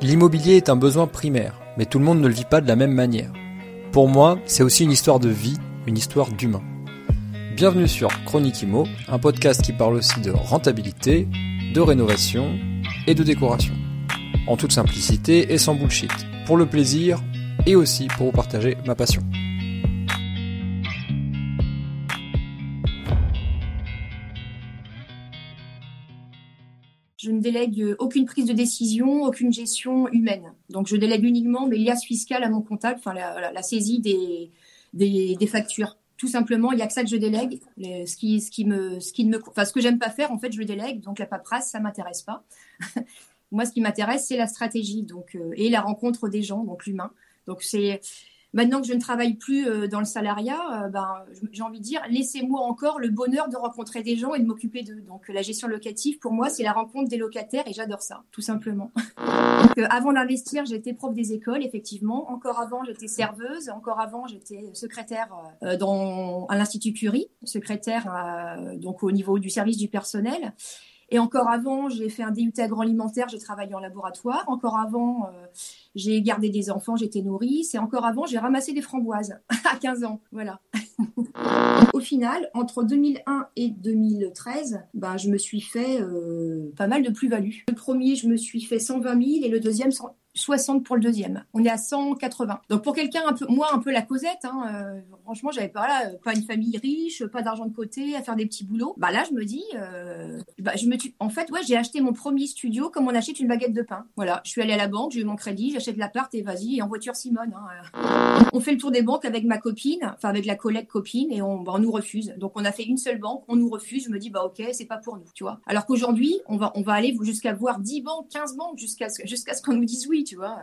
L'immobilier est un besoin primaire, mais tout le monde ne le vit pas de la même manière. Pour moi, c'est aussi une histoire de vie, une histoire d'humain. Bienvenue sur Chronique Immo, un podcast qui parle aussi de rentabilité, de rénovation et de décoration. En toute simplicité et sans bullshit, pour le plaisir et aussi pour vous partager ma passion. Je ne délègue aucune prise de décision, aucune gestion humaine. Donc, je délègue uniquement mes liasses fiscales à mon comptable, enfin la saisie des factures. Tout simplement, il n'y a que ça que je délègue. Ce que j'aime pas faire, en fait, je le délègue. Donc, la paperasse, ça m'intéresse pas. Moi, ce qui m'intéresse, c'est la stratégie, et la rencontre des gens, donc l'humain. Donc, c'est maintenant que je ne travaille plus dans le salariat, j'ai envie de dire, laissez-moi encore le bonheur de rencontrer des gens et de m'occuper d'eux. Donc, la gestion locative, pour moi, c'est la rencontre des locataires et j'adore ça, tout simplement. Donc, avant d'investir, j'étais prof des écoles, effectivement. Encore avant, j'étais serveuse. Encore avant, j'étais secrétaire à l'Institut Curie, secrétaire donc au niveau du service du personnel. Et encore avant, j'ai fait un DUT agroalimentaire, j'ai travaillé en laboratoire. Encore avant, j'ai gardé des enfants, j'étais nourrice. Et encore avant, j'ai ramassé des framboises à 15 ans. Voilà. Au final, entre 2001 et 2013, je me suis fait pas mal de plus-value. Le premier, je me suis fait 120 000 et le deuxième, 60 pour le deuxième. On est à 180. Donc pour quelqu'un un peu la Cosette, franchement, j'avais pas une famille riche, pas d'argent de côté, à faire des petits boulots. Là, je me dis, j'ai acheté mon premier studio comme on achète une baguette de pain. Voilà, je suis allée à la banque, j'ai eu mon crédit, j'achète l'appart et vas-y, et en voiture Simone. On fait le tour des banques avec ma copine, enfin avec la collègue copine, et on nous refuse. Donc on a fait une seule banque, on nous refuse. Je me dis ok, c'est pas pour nous, tu vois. Alors qu'aujourd'hui, on va aller jusqu'à voir 10 banques, 15 banques jusqu'à ce qu'on nous dise oui. Tu vois.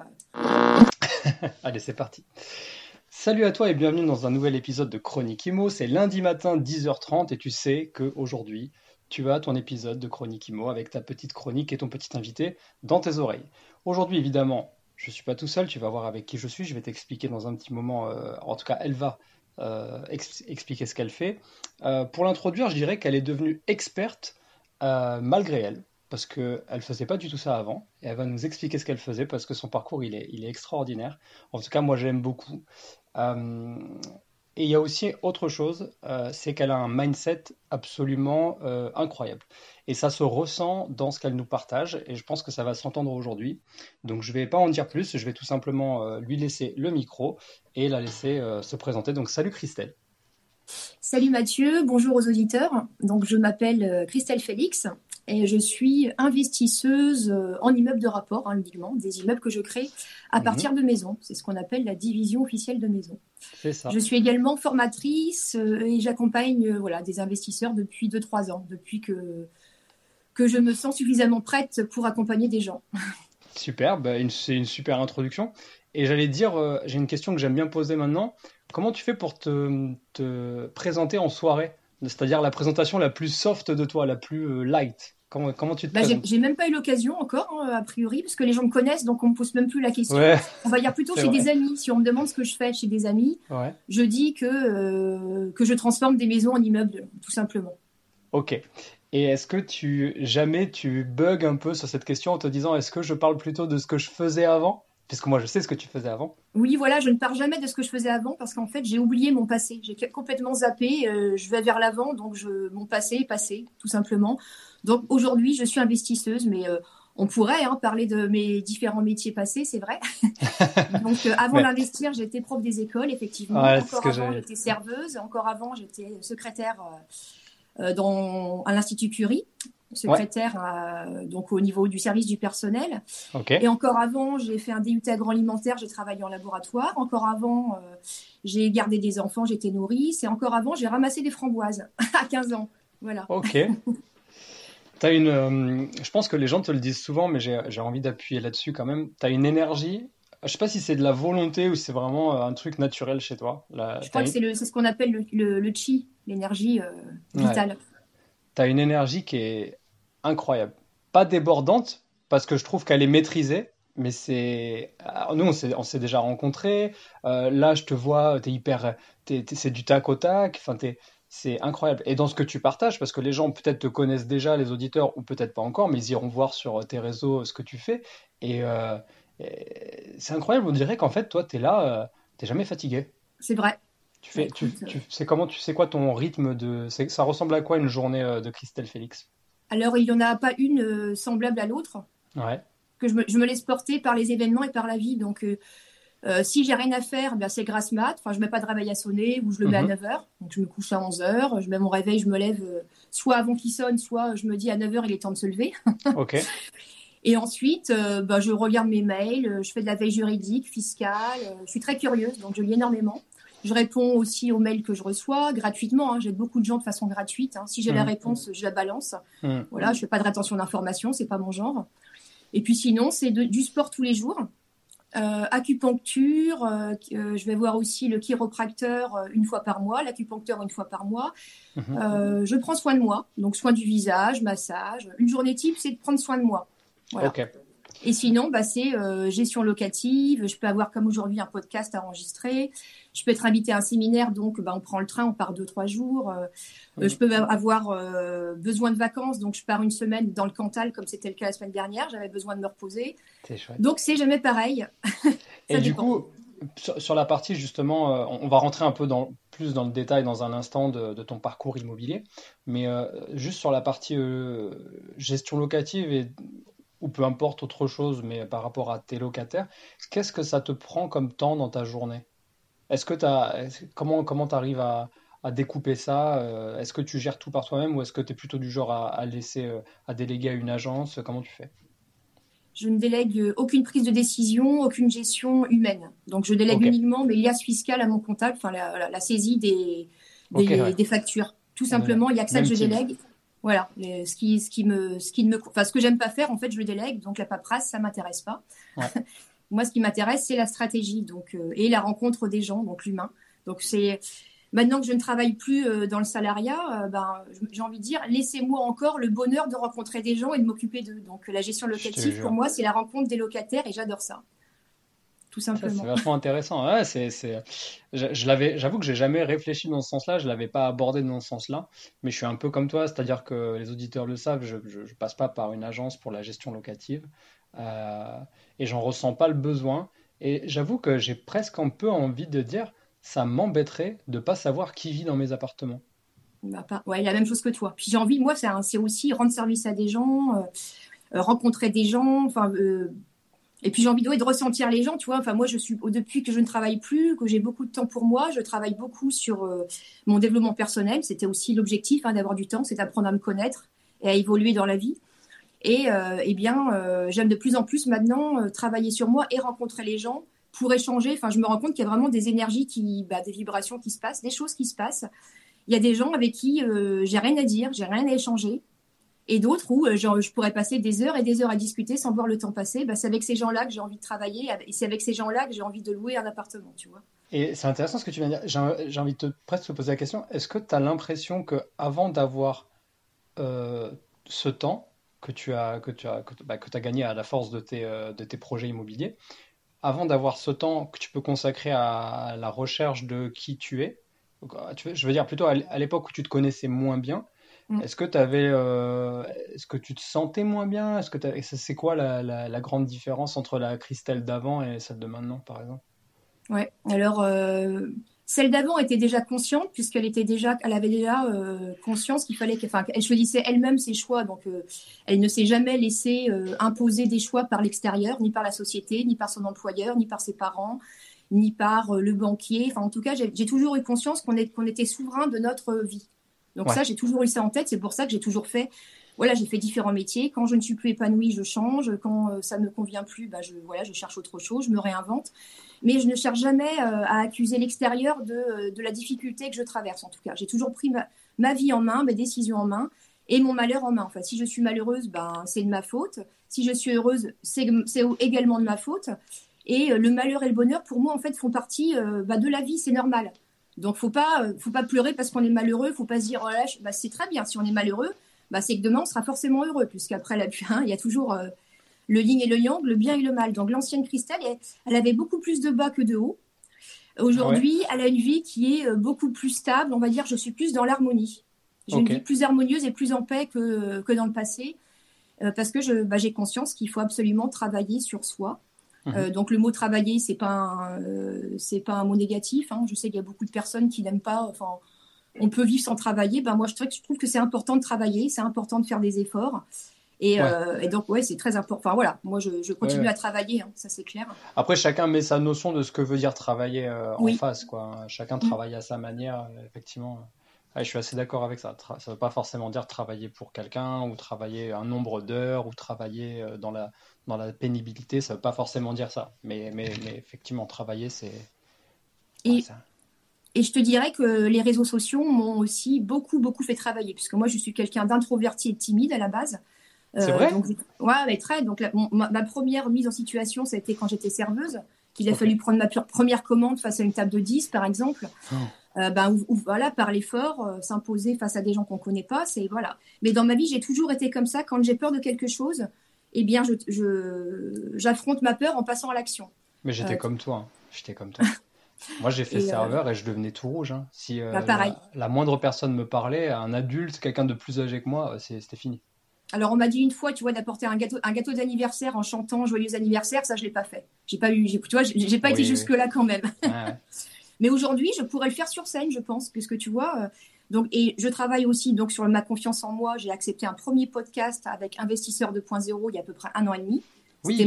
Allez, c'est parti. Salut à toi et bienvenue dans un nouvel épisode de Chronique Immo. C'est lundi matin 10h30 et tu sais qu'aujourd'hui, tu as ton épisode de Chronique Immo avec ta petite chronique et ton petit invité dans tes oreilles. Aujourd'hui, évidemment, je ne suis pas tout seul, tu vas voir avec qui je suis. Je vais t'expliquer dans un petit moment, en tout cas, elle va expliquer ce qu'elle fait. Pour l'introduire, je dirais qu'elle est devenue experte malgré elle. Parce qu'elle ne faisait pas du tout ça avant, et elle va nous expliquer ce qu'elle faisait, parce que son parcours, il est extraordinaire. En tout cas, moi, j'aime beaucoup. Et il y a aussi autre chose, c'est qu'elle a un mindset absolument incroyable. Et ça se ressent dans ce qu'elle nous partage, et je pense que ça va s'entendre aujourd'hui. Donc, je ne vais pas en dire plus, je vais tout simplement lui laisser le micro, et la laisser se présenter. Donc, salut Christelle. Salut Mathieu, bonjour aux auditeurs. Donc, je m'appelle Christelle Félix. Et je suis investisseuse en immeubles de rapport, uniquement, des immeubles que je crée à partir de maisons. C'est ce qu'on appelle la division officielle de maisons. C'est ça. Je suis également formatrice et j'accompagne des investisseurs depuis 2-3 ans, depuis que je me sens suffisamment prête pour accompagner des gens. Super, c'est une super introduction. Et j'allais dire, j'ai une question que j'aime bien poser maintenant. Comment tu fais pour te présenter en soirée ? C'est-à-dire la présentation la plus soft de toi, la plus light. Comment tu te présentes ? J'ai même pas eu l'occasion encore, a priori, parce que les gens me connaissent, donc on me pose même plus la question. Ouais. On va dire plutôt chez des amis. Si on me demande ce que je fais chez des amis, je dis que je transforme des maisons en immeubles, tout simplement. Ok. Et est-ce que jamais tu bugs un peu sur cette question en te disant est-ce que je parle plutôt de ce que je faisais avant ? Puisque moi, je sais ce que tu faisais avant. Oui, voilà, je ne parle jamais de ce que je faisais avant parce qu'en fait, j'ai oublié mon passé. J'ai complètement zappé. Je vais vers l'avant, donc mon passé est passé, tout simplement. Donc aujourd'hui, je suis investisseuse, mais on pourrait parler de mes différents métiers passés, c'est vrai. Donc avant d'investir, j'étais prof des écoles, effectivement. Ouais, encore avant, j'étais serveuse. Encore avant, j'étais secrétaire à l'Institut Curie. Secrétaire donc au niveau du service du personnel. Okay. Et encore avant, j'ai fait un DUT agroalimentaire, j'ai travaillé en laboratoire. Encore avant, j'ai gardé des enfants, j'étais nourrice. Et encore avant, j'ai ramassé des framboises à 15 ans. Voilà. Ok. Je pense que les gens te le disent souvent, mais j'ai envie d'appuyer là-dessus quand même. Tu as une énergie. Je ne sais pas si c'est de la volonté ou c'est vraiment un truc naturel chez toi. Je crois que c'est ce qu'on appelle le chi, l'énergie vitale. Ouais. Tu as une énergie qui est incroyable. Pas débordante, parce que je trouve qu'elle est maîtrisée, mais nous, on s'est déjà rencontrés. Là, je te vois, c'est du tac au tac. Enfin, c'est incroyable. Et dans ce que tu partages, parce que les gens peut-être te connaissent déjà, les auditeurs, ou peut-être pas encore, mais ils iront voir sur tes réseaux ce que tu fais. Et C'est incroyable, on dirait qu'en fait, toi, tu es là, tu jamais fatigué. C'est vrai. Tu sais quoi ton rythme ça ressemble à quoi une journée de Christelle Félix? Alors, il n'y en a pas une semblable à l'autre, Ouais. que je me laisse porter par les événements et par la vie. Donc, si j'ai rien à faire, ben, c'est grasse mat. Enfin, je mets pas de réveil à sonner ou je le mets à Mhm. 9h. Donc, je me couche à 11h. Je mets mon réveil, je me lève soit avant qu'il sonne, soit je me dis à 9h, il est temps de se lever. Ok. Et ensuite, ben, je regarde mes mails, je fais de la veille juridique, fiscale. Je suis très curieuse, donc je lis énormément. Je réponds aussi aux mails que je reçois gratuitement. J'aide beaucoup de gens de façon gratuite. Si j'ai la Mhm. réponse, je la balance. Mhm. Voilà, je fais pas de rétention d'informations, c'est pas mon genre. Et puis sinon, c'est du sport tous les jours. Acupuncture, je vais voir aussi le chiropracteur une fois par mois, l'acupuncteur une fois par mois. Mhm. Je prends soin de moi, donc soin du visage, massage. Une journée type, c'est de prendre soin de moi. Voilà. Ok. Et sinon, bah, c'est gestion locative. Je peux avoir comme aujourd'hui un podcast à enregistrer. Je peux être invitée à un séminaire, donc bah, on prend le train, on part 2-3 jours. Je peux avoir besoin de vacances, donc je pars une semaine dans le Cantal, comme c'était le cas la semaine dernière. J'avais besoin de me reposer. C'est chouette. Donc c'est jamais pareil. Et Ça du dépend. coup, sur la partie justement, on va rentrer un peu plus dans le détail dans un instant de ton parcours immobilier, mais juste sur la partie gestion locative ou peu importe autre chose, mais par rapport à tes locataires, qu'est-ce que ça te prend comme temps dans ta journée? Comment tu arrives à découper ça? Est-ce que tu gères tout par toi-même ou est-ce que tu es plutôt du genre à laisser, à déléguer à une agence? Comment tu fais? Je ne délègue aucune prise de décision, aucune gestion humaine. Donc je délègue Ok, uniquement mes liasses fiscales à mon comptable, enfin la saisie ok, ouais. des factures. Tout On est là. simplement, il n'y a que ça que Même je team. délègue. Voilà, ce que j'aime pas faire, en fait, je le délègue. Donc la paperasse, ça m'intéresse pas. Ouais. Moi, ce qui m'intéresse, c'est la stratégie, donc et la rencontre des gens, donc l'humain. Donc c'est maintenant que je ne travaille plus dans le salariat, j'ai envie de dire, laissez-moi encore le bonheur de rencontrer des gens et de m'occuper d'eux. Donc la gestion Je te locative, pour jure. moi, c'est la rencontre des locataires et j'adore ça, tout Ça, c'est simplement. vachement intéressant. Ouais, j'avoue que j'ai jamais réfléchi dans ce sens-là, je l'avais pas abordé dans ce sens-là, mais je suis un peu comme toi, c'est-à-dire que les auditeurs le savent, je passe pas par une agence pour la gestion locative, euh, et j'en ressens pas le besoin. Et j'avoue que j'ai presque un peu envie de dire, ça m'embêterait de pas savoir qui vit dans mes appartements. Ouais, la même chose que toi. Puis j'ai envie, moi, c'est aussi rendre service à des gens, rencontrer des gens, et puis j'ai envie de ressentir les gens, tu vois. Enfin, moi, depuis que je ne travaille plus, que j'ai beaucoup de temps pour moi, je travaille beaucoup sur mon développement personnel. C'était aussi l'objectif, d'avoir du temps, c'est d'apprendre à me connaître et à évoluer dans la vie. Et j'aime de plus en plus maintenant travailler sur moi et rencontrer les gens pour échanger. Enfin, je me rends compte qu'il y a vraiment des énergies des vibrations qui se passent, des choses qui se passent. Il y a des gens avec qui j'ai rien à dire, j'ai rien à échanger. Et d'autres où je pourrais passer des heures et des heures à discuter sans voir le temps passer. C'est avec ces gens-là que j'ai envie de travailler et c'est avec ces gens-là que j'ai envie de louer un appartement, tu vois. Et c'est intéressant ce que tu viens de dire. J'ai envie de presque te poser la question, est-ce que tu as l'impression que avant d'avoir ce temps que tu as gagné à la force de tes projets immobiliers, avant d'avoir ce temps que tu peux consacrer à la recherche de qui tu es, je veux dire plutôt à l'époque où tu te connaissais moins bien, Mm. est-ce que tu te sentais moins bien? C'est quoi la grande différence entre la Christelle d'avant et celle de maintenant, par exemple? Ouais. Alors, celle d'avant était déjà consciente elle avait déjà conscience qu'il fallait elle choisissait elle-même ses choix. Donc, elle ne s'est jamais laissée imposer des choix par l'extérieur, ni par la société, ni par son employeur, ni par ses parents, ni par le banquier. Enfin, en tout cas, j'ai toujours eu conscience qu'on était souverain de notre vie. Donc Ouais. ça, j'ai toujours eu ça en tête. C'est pour ça que j'ai toujours fait. Voilà, j'ai fait différents métiers. Quand je ne suis plus épanouie, je change. Quand ça ne me convient plus, je cherche autre chose, je me réinvente. Mais je ne cherche jamais à accuser l'extérieur de la difficulté que je traverse, en tout cas. J'ai toujours pris ma vie en main, mes décisions en main et mon malheur en main. Enfin, si je suis malheureuse, c'est de ma faute. Si je suis heureuse, c'est également de ma faute. Et le malheur et le bonheur, pour moi, en fait, font partie de la vie. C'est normal. Donc, faut pas pleurer parce qu'on est malheureux. Faut pas se dire, oh là, c'est très bien. Si on est malheureux, c'est que demain, on sera forcément heureux, puisqu'après, il y a toujours le yin et le yang, le bien et le mal. Donc, l'ancienne Christelle, elle avait beaucoup plus de bas que de haut. Ah ouais? Aujourd'hui, elle a une vie qui est beaucoup plus stable. On va dire, je suis plus dans l'harmonie. J'ai une Ok. vie plus harmonieuse et plus en paix que dans le passé, parce que j'ai conscience qu'il faut absolument travailler sur soi. Donc le mot travailler, c'est pas un mot négatif. Hein. Je sais qu'il y a beaucoup de personnes qui n'aiment pas. Enfin, on peut vivre sans travailler. Ben moi, je trouve que c'est important de travailler, c'est important de faire des efforts. Et donc c'est très important. Enfin voilà, moi je continue à travailler, hein, ça c'est clair. Après, chacun met sa notion de ce que veut dire travailler en face, quoi. Chacun travaille à sa manière, effectivement. Je suis assez d'accord avec ça. Ça ne veut pas forcément dire travailler pour quelqu'un ou travailler un nombre d'heures ou travailler dans la pénibilité. Ça ne veut pas forcément dire ça. Mais effectivement, travailler, c'est... Et je te dirais que les réseaux sociaux m'ont aussi beaucoup, beaucoup fait travailler. Puisque moi, je suis quelqu'un d'introverti et de timide à la base. C'est vrai ? Mais très. Donc, ma première mise en situation, ça a été quand j'étais serveuse, qu'il a fallu prendre ma première commande face à une table de 10, par exemple. Voilà, parler fort, s'imposer face à des gens qu'on connaît pas, c'est voilà. Mais dans ma vie, j'ai toujours été comme ça. Quand j'ai peur de quelque chose, eh bien, j'affronte ma peur en passant à l'action. Mais j'étais comme toi. Hein. J'étais comme toi. Moi, j'ai fait serveur et je devenais tout rouge. Hein. Si la moindre personne me parlait, un adulte, quelqu'un de plus âgé que moi, c'était fini. Alors, on m'a dit une fois, tu vois, d'apporter un gâteau d'anniversaire en chantant Joyeux anniversaire. Ça, je l'ai pas fait. J'ai pas été jusque-là quand même. Ouais. Mais aujourd'hui, je pourrais le faire sur scène, je pense, puisque tu vois. Et je travaille aussi donc sur ma confiance en moi. J'ai accepté un premier podcast avec Investisseur 2.0 il y a à peu près 1 an et demi. C'était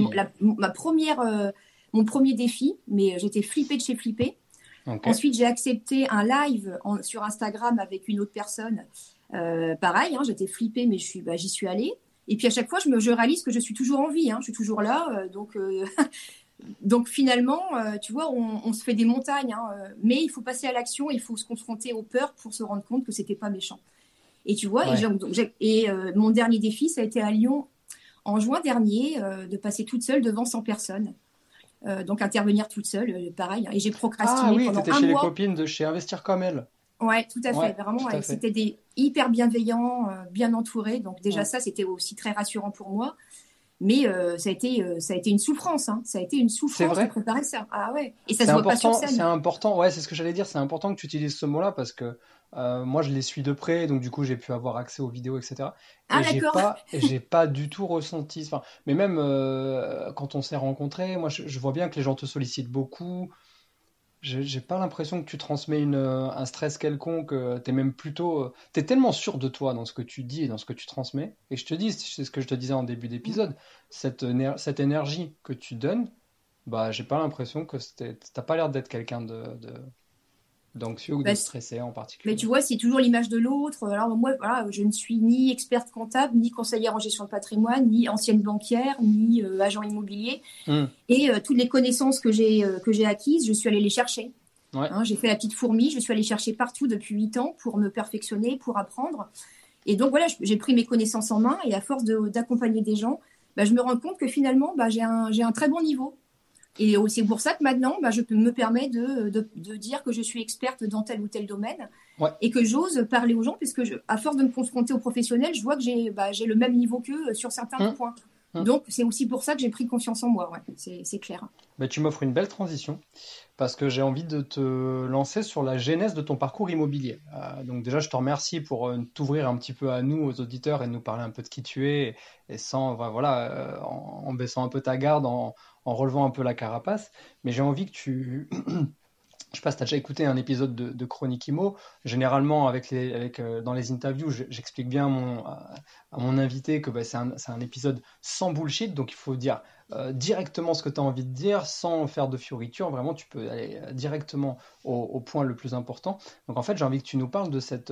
mon premier défi, mais j'étais flippée de chez flippée. Okay. Ensuite, j'ai accepté un live sur Instagram avec une autre personne. Pareil, hein, j'étais flippée, mais j'y suis allée. Et puis à chaque fois, je réalise que je suis toujours en vie. Hein, je suis toujours là. Donc finalement, tu vois, on se fait des montagnes. Hein, mais il faut passer à l'action. Il faut se confronter aux peurs pour se rendre compte que c'était pas méchant. Et tu vois, mon dernier défi, ça a été à Lyon en juin dernier, de passer toute seule devant 100 personnes. Donc intervenir toute seule, pareil. Et j'ai procrastiné pendant un mois. Ah oui, t'étais chez les copines de chez Investir comme elle. Ouais, tout à fait. Vraiment, c'était des hyper bienveillants, bien entourés. Donc déjà ça, c'était aussi très rassurant pour moi. Mais ça a été une souffrance. Hein. Ça a été une souffrance de préparer ça. Ah ouais. Et ça se voit pas sur scène. C'est important. Ouais, c'est ce que j'allais dire. C'est important que tu utilises ce mot-là parce que moi, je les suis de près, donc du coup, j'ai pu avoir accès aux vidéos, etc. Et d'accord. j'ai pas du tout ressenti. Mais même quand on s'est rencontrés, moi, je vois bien que les gens te sollicitent beaucoup. J'ai pas l'impression que tu transmets un stress quelconque. T'es même plutôt, t'es tellement sûr de toi dans ce que tu dis et dans ce que tu transmets. Et je te dis, c'est ce que je te disais en début d'épisode, cette énergie que tu donnes, j'ai pas l'impression que t'as pas l'air d'être quelqu'un d'anxieux ou de stressé en particulier. Mais tu vois, c'est toujours l'image de l'autre. Alors moi, voilà, je ne suis ni experte comptable, ni conseillère en gestion de patrimoine, ni ancienne banquière, ni agent immobilier. Et toutes les connaissances que j'ai acquises, je suis allée les chercher. Ouais. Hein, j'ai fait la petite fourmi, je suis allée chercher partout depuis 8 ans pour me perfectionner, pour apprendre. Et donc voilà, j'ai pris mes connaissances en main et à force d'accompagner des gens, je me rends compte que finalement, j'ai un très bon niveau. Et c'est pour ça que maintenant, je me permets de dire que je suis experte dans tel ou tel domaine et que j'ose parler aux gens, puisque à force de me confronter aux professionnels, je vois que j'ai le même niveau qu'eux sur certains points. Donc, c'est aussi pour ça que j'ai pris confiance en moi, c'est clair. Tu m'offres une belle transition, parce que j'ai envie de te lancer sur la genèse de ton parcours immobilier. Donc déjà, je te remercie pour t'ouvrir un petit peu à nous, aux auditeurs, et nous parler un peu de qui tu es, et sans, en baissant un peu ta garde, en relevant un peu la carapace. Mais j'ai envie que tu... Je sais pas si tu as déjà écouté un épisode de Chronique Immo. Généralement, dans les interviews, j'explique bien à mon invité que c'est un épisode sans bullshit. Donc, il faut dire directement ce que tu as envie de dire sans faire de fioritures. Vraiment, tu peux aller directement au point le plus important. Donc, en fait, j'ai envie que tu nous parles de cette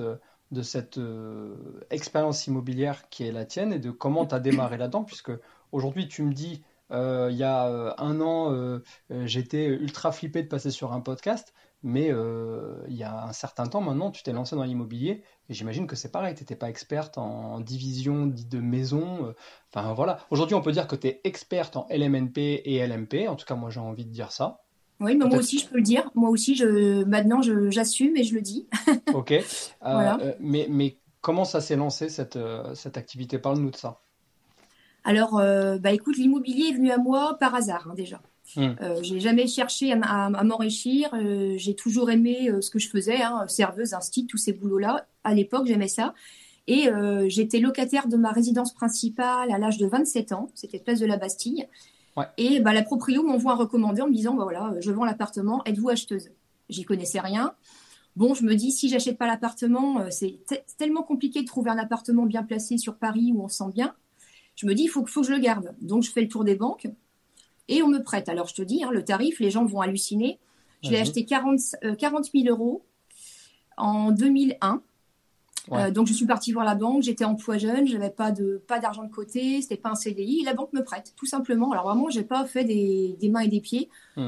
expérience immobilière qui est la tienne et de comment tu as démarré là-dedans. Puisque aujourd'hui, tu me dis... il y a 1 an, j'étais ultra flippé de passer sur un podcast, mais il y a un certain temps maintenant, tu t'es lancé dans l'immobilier et j'imagine que c'est pareil, tu n'étais pas experte en division de maison. Voilà. Aujourd'hui, on peut dire que tu es experte en LMNP et LMP, en tout cas, moi j'ai envie de dire ça. Oui, mais moi aussi, je peux le dire. Moi aussi, maintenant, j'assume et je le dis. Ok. Voilà. Mais comment ça s'est lancé, cette activité? Parle-nous de ça. Alors, écoute, l'immobilier est venu à moi par hasard, déjà. J'ai jamais cherché à m'enrichir. J'ai toujours aimé ce que je faisais, serveuse, instit, tous ces boulots-là. À l'époque, j'aimais ça. Et j'étais locataire de ma résidence principale à l'âge de 27 ans. C'était place de la Bastille. Ouais. Et bah, la proprio m'envoie un recommandé en me disant, bah, voilà, je vends l'appartement, êtes-vous acheteuse? J'y connaissais rien. Bon, je me dis, si j'achète pas l'appartement, c'est tellement compliqué de trouver un appartement bien placé sur Paris où on se sent bien. Je me dis, faut que je le garde. Donc, je fais le tour des banques et on me prête. Alors, je te dis, hein, le tarif, les gens vont halluciner. Je l'ai acheté 40 000 euros en 2001. Ouais. Donc, je suis partie voir la banque. J'étais emploi jeune, j'avais pas d'argent de côté, c'était pas un CDI. Et la banque me prête, tout simplement. Alors, vraiment, j'ai pas fait des mains et des pieds.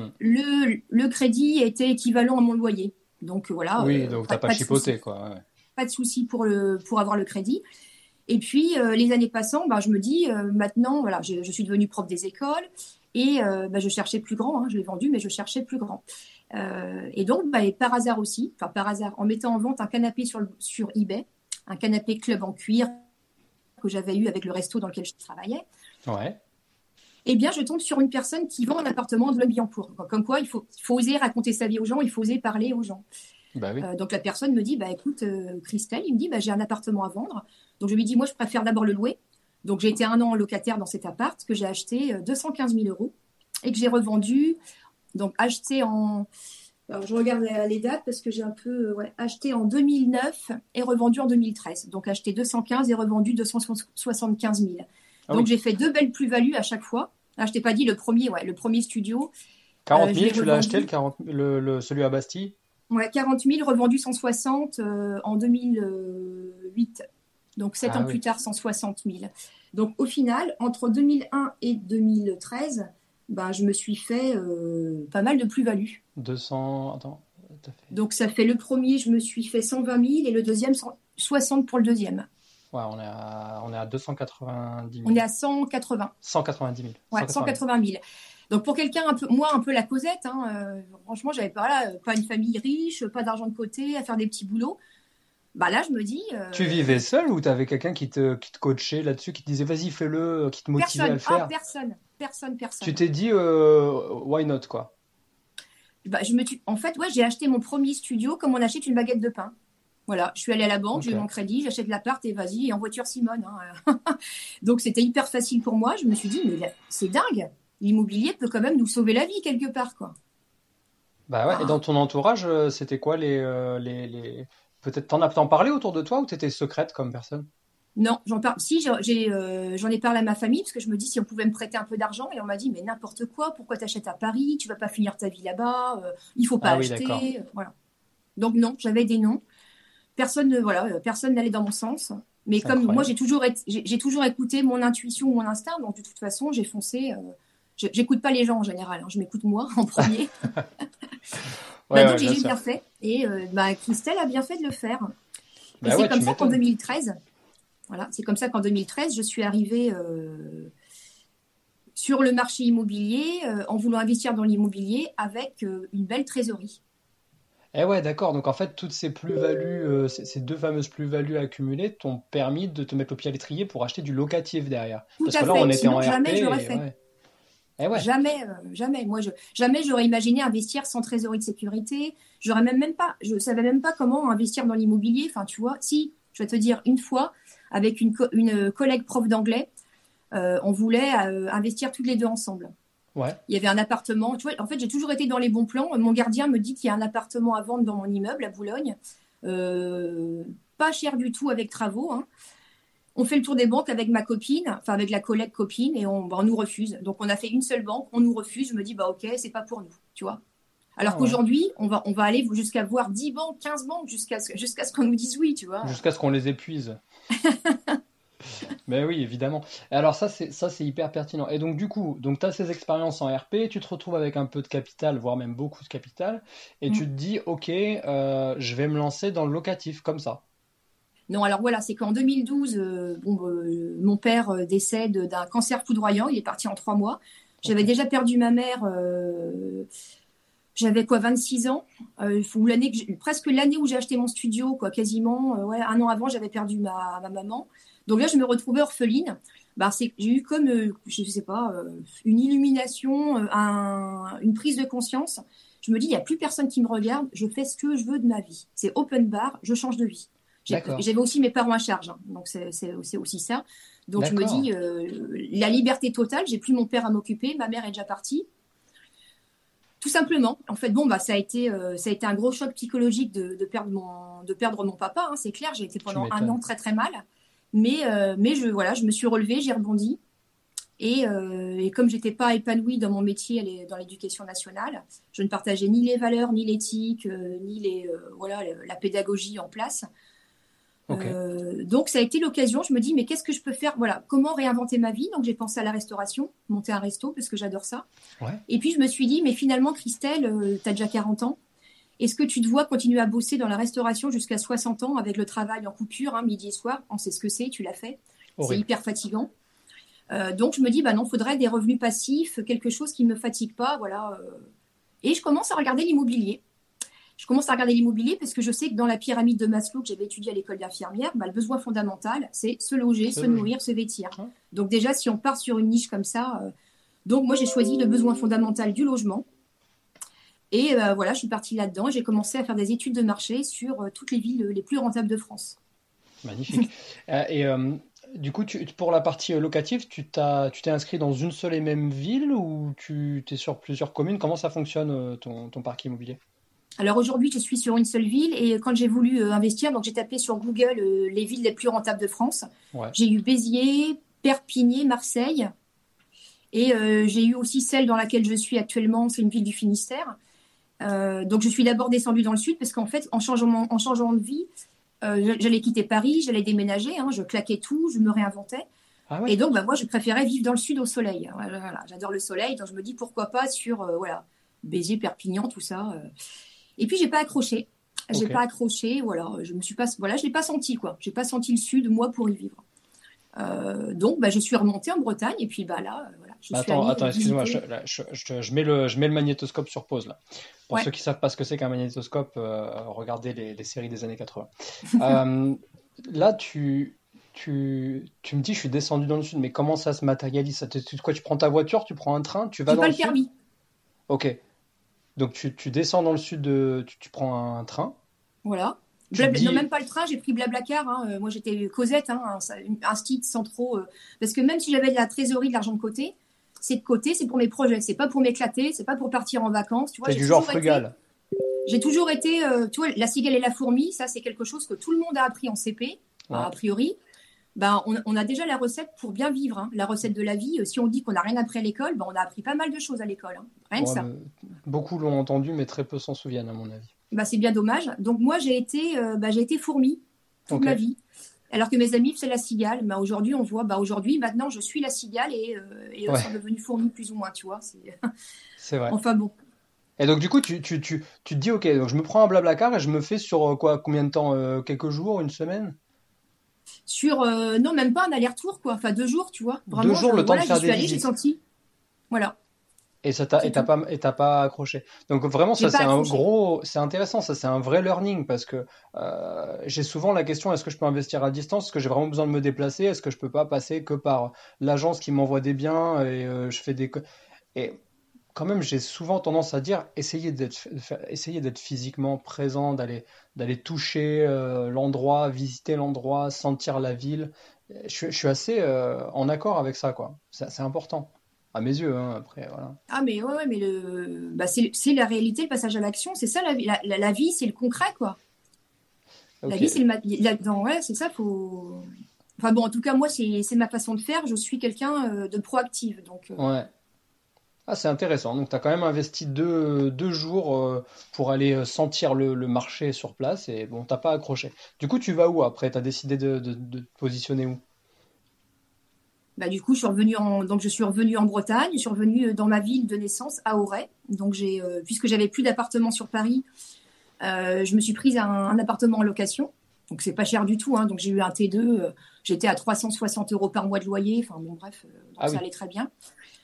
Le crédit était équivalent à mon loyer. Donc, voilà. Oui, donc t'as pas chipoté, quoi. Ouais. Pas de souci pour avoir le crédit. Et puis, les années passant, bah, je me dis, maintenant, voilà, je suis devenue prof des écoles et bah, je cherchais plus grand. Hein, je l'ai vendu, mais je cherchais plus grand. Et donc, bah, et par hasard aussi, enfin par hasard, en mettant en vente un canapé sur eBay, un canapé club en cuir que j'avais eu avec le resto dans lequel je travaillais. Ouais. Eh bien, je tombe sur une personne qui vend un appartement de Boulogne-Billancourt. Comme quoi, il faut oser raconter sa vie aux gens, il faut oser parler aux gens. Bah oui. Donc la personne me dit, bah écoute, Christelle, il me dit, bah j'ai un appartement à vendre. Donc je lui dis, moi je préfère d'abord le louer. Donc j'ai été 1 an locataire dans cet appart que j'ai acheté 215 000 euros et que j'ai revendu. Donc acheté en, alors je regarde les dates parce que j'ai un peu, acheté en 2009 et revendu en 2013. Donc acheté 215 et revendu 275 000. Donc j'ai fait 2 belles plus-values à chaque fois. Là je t'ai pas dit le premier studio. 40 000, tu l'as acheté celui à Bastille? Ouais, 40 000, revendu 160 en 2008. Donc, 7 ans plus tard, 160 000. Donc, au final, entre 2001 et 2013, ben, je me suis fait pas mal de plus-value. 200... Attends. Donc, ça fait le premier, je me suis fait 120 000 et le deuxième, 60 pour le deuxième. Ouais, on est à 290 000. On est à 180. 190 000. Ouais, 180 000. Donc pour quelqu'un un peu la Cosette, hein, franchement, j'avais pas une famille riche, pas d'argent de côté, à faire des petits boulots. Bah là, je me dis. Tu vivais seul ou t'avais quelqu'un qui te coachait là-dessus, qui te disait vas-y fais-le, qui te motivait à le faire? Personne. Tu t'es dit why not quoi? Bah, en fait, ouais, j'ai acheté mon premier studio comme on achète une baguette de pain. Voilà, je suis allée à la banque, j'ai eu mon crédit, j'achète l'appart et vas-y, en voiture Simone. Hein. Donc c'était hyper facile pour moi. Je me suis dit mais c'est dingue. L'immobilier peut quand même nous sauver la vie quelque part, quoi. Bah ouais. Et dans ton entourage, c'était quoi les peut-être t'en parlais autour de toi ou t'étais secrète comme personne? Non, j'en parle. Si j'en ai parlé à ma famille parce que je me dis si on pouvait me prêter un peu d'argent et on m'a dit mais n'importe quoi, pourquoi t'achètes à Paris, tu vas pas finir ta vie là-bas, il faut pas acheter, voilà. Donc non, j'avais des noms. Personne n'allait dans mon sens. Mais comme incroyable. Moi j'ai toujours écouté mon intuition ou mon instinct, donc de toute façon j'ai foncé. J'écoute pas les gens en général, hein. Je m'écoute moi en premier. Donc j'ai bien fait et Christelle a bien fait de le faire. Et c'est comme ça qu'en 2013, c'est comme ça qu'en 2013, je suis arrivée sur le marché immobilier en voulant investir dans l'immobilier avec une belle trésorerie. Eh ouais, d'accord. Donc en fait, toutes ces plus-values, ces 2 fameuses plus-values accumulées t'ont permis de te mettre le pied à l'étrier pour acheter du locatif derrière. Parce que là, on était en RP. Jamais j'aurais fait. Ouais. Eh ouais. Jamais. Moi, jamais j'aurais imaginé investir sans trésorerie de sécurité. Je savais même pas comment investir dans l'immobilier. Enfin, tu vois, si, je vais te dire, une fois, avec une collègue prof d'anglais, on voulait investir toutes les deux ensemble. Ouais. Il y avait un appartement. Tu vois, en fait, j'ai toujours été dans les bons plans. Mon gardien me dit qu'il y a un appartement à vendre dans mon immeuble à Boulogne. Pas cher du tout avec travaux, hein. On fait le tour des banques avec ma copine, enfin avec la collègue copine, et on nous refuse. Donc on a fait une seule banque, on nous refuse. Je me dis bah ok, c'est pas pour nous, tu vois. Alors qu'aujourd'hui, on va aller jusqu'à voir 10 banques, 15 banques, jusqu'à ce qu'on nous dise oui, tu vois. Jusqu'à ce qu'on les épuise. Mais oui, évidemment. Alors ça c'est hyper pertinent. Et donc du coup, tu as ces expériences en RP, tu te retrouves avec un peu de capital, voire même beaucoup de capital, et tu te dis ok, je vais me lancer dans le locatif comme ça. Non, alors voilà, c'est qu'en 2012, mon père décède d'un cancer foudroyant. Il est parti en 3 mois. J'avais déjà perdu ma mère. J'avais 26 ans. Presque l'année où j'ai acheté mon studio, quasiment. 1 an avant, j'avais perdu ma maman. Donc là, je me retrouvais orpheline. J'ai eu comme, je sais pas, une illumination, une prise de conscience. Je me dis, il n'y a plus personne qui me regarde. Je fais ce que je veux de ma vie. C'est open bar. Je change de vie. J'avais aussi mes parents à charge, hein, donc c'est aussi ça. Donc je me D'accord. dis, la liberté totale, j'ai plus mon père à m'occuper, ma mère est déjà partie. Tout simplement. En fait, bon, ça a été un gros choc psychologique de perdre mon papa, hein, c'est clair. J'ai été Tu pendant un an m'étonnes. très très mal. Mais je me suis relevée, j'ai rebondi. Et comme j'étais pas épanouie dans mon métier, dans l'éducation nationale, je ne partageais ni les valeurs, ni l'éthique, ni la pédagogie en place. Ok. Donc ça a été l'occasion. Je me dis mais qu'est-ce que je peux faire? Voilà, comment réinventer ma vie? Donc j'ai pensé à la restauration, monter un resto parce que j'adore ça. Ouais. Et puis je me suis dit mais finalement Christelle, tu as déjà 40 ans. Est-ce que tu te vois continuer à bosser dans la restauration jusqu'à 60 ans avec le travail en coupure, hein, midi et soir? On sait ce que c'est, tu l'as fait. C'est Horrible. hyper fatigant. Donc je me dis non, faudrait des revenus passifs, quelque chose qui ne me fatigue pas, voilà. Et je commence à regarder l'immobilier. Je commence à regarder l'immobilier parce que je sais que dans la pyramide de Maslow que j'avais étudiée à l'école d'infirmière, le besoin fondamental, c'est se loger, se nourrir, se vêtir. Hein. Donc déjà, si on part sur une niche comme ça, donc moi j'ai choisi le besoin fondamental du logement. Et voilà, je suis partie là-dedans. J'ai commencé à faire des études de marché sur toutes les villes les plus rentables de France. Magnifique. Du coup, pour la partie locative, tu t'es inscrit dans une seule et même ville ou tu es sur plusieurs communes? Comment ça fonctionne ton parc immobilier? Alors aujourd'hui, je suis sur une seule ville et quand j'ai voulu investir, donc j'ai tapé sur Google les villes les plus rentables de France. Ouais. J'ai eu Béziers, Perpignan, Marseille et j'ai eu aussi celle dans laquelle je suis actuellement, c'est une ville du Finistère. Donc je suis d'abord descendue dans le sud parce qu'en fait, en changeant de vie, j'allais quitter Paris, j'allais déménager, hein, je claquais tout, je me réinventais. Ah ouais. Et donc moi, je préférais vivre dans le sud au soleil. Voilà, j'adore le soleil, donc je me dis pourquoi pas sur Béziers, Perpignan, tout ça. Et puis j'ai pas accroché. J'ai Ok. pas accroché, voilà, je l'ai pas senti quoi. J'ai pas senti le sud moi pour y vivre. Donc je suis remontée en Bretagne et puis là, voilà, je suis Attends, allée excuse-moi, visiter. je mets le magnétoscope sur pause là. Pour Ouais. ceux qui savent pas ce que c'est qu'un magnétoscope, regardez les séries des années 80. Là, tu me dis, je suis descendu dans le sud, mais comment ça se matérialise? Quoi, tu prends ta voiture, tu prends un train, tu vas J'ai dans pas le le sud? permis. Ok. Donc tu descends dans le sud, tu prends un train, Voilà. tu te Non, dis, même pas le train, j'ai pris Blablacar. Hein. Moi, j'étais Cosette, hein, un site sans trop. Parce que même si j'avais de la trésorerie, de l'argent de côté, c'est de côté, c'est pour mes projets. C'est pas pour m'éclater, c'est pas pour partir en vacances. Tu vois, t'es du genre frugal. J'ai toujours été, tu vois, la cigale et la fourmi, ça, c'est quelque chose que tout le monde a appris en CP, Ouais. a priori. On a déjà la recette pour bien vivre, hein. La recette de la vie. Si on dit qu'on n'a rien appris à l'école, on a appris pas mal de choses à l'école, hein. Rien que Ouais, ça. beaucoup l'ont entendu, mais très peu s'en souviennent, à mon avis. C'est bien dommage. Donc moi, j'ai été fourmi toute Ok. ma vie. Alors que mes amis, c'est la cigale. Aujourd'hui, on voit, maintenant, je suis la cigale et eux Ouais, sont devenus fourmis plus ou moins, tu vois. c'est vrai. Enfin bon. Et donc, du coup, tu te dis, ok, donc je me prends un Blablacar et je me fais sur combien de temps? Quelques jours, une semaine? Non, même pas un aller-retour, quoi. Enfin, 2 jours, tu vois. Deux Vraiment, jours, le temps de j'y faire des suis allée, j'ai visites. senti. Voilà, Et c'est tout. t'as pas accroché. Donc vraiment, J'ai ça pas accroché. c'est intéressant, ça c'est un vrai learning parce que j'ai souvent la question, est-ce que je peux investir à distance? Est-ce que j'ai vraiment besoin de me déplacer? Est-ce que je peux pas passer que par l'agence qui m'envoie des biens et je fais et quand même, j'ai souvent tendance à dire, essayez d'être physiquement présent, d'aller toucher l'endroit, visiter l'endroit, sentir la ville. Je suis assez en accord avec ça, quoi. C'est important. À mes yeux, hein, après, voilà. Ah, mais ouais, mais c'est la réalité, le passage à l'action. C'est ça, la vie. La vie, c'est le concret, quoi. La Ok, vie, c'est ouais, c'est ça, faut. Enfin bon, en tout cas, moi, c'est ma façon de faire. Je suis quelqu'un de proactive. Donc, ouais. Ah, c'est intéressant. Donc, tu as quand même investi deux jours pour aller sentir le marché sur place et bon, t'as pas accroché. Du coup, tu vas où après? Tu as décidé de te positionner où? du coup, je suis revenue en Bretagne. Je suis revenue dans ma ville de naissance, à Auray. Donc, puisque j'avais plus d'appartement sur Paris, je me suis prise un appartement en location. Donc, c'est pas cher du tout, hein. Donc, j'ai eu un T2. J'étais à 360 € par mois de loyer. Enfin, bon, bref, donc Ah ça oui, allait très bien.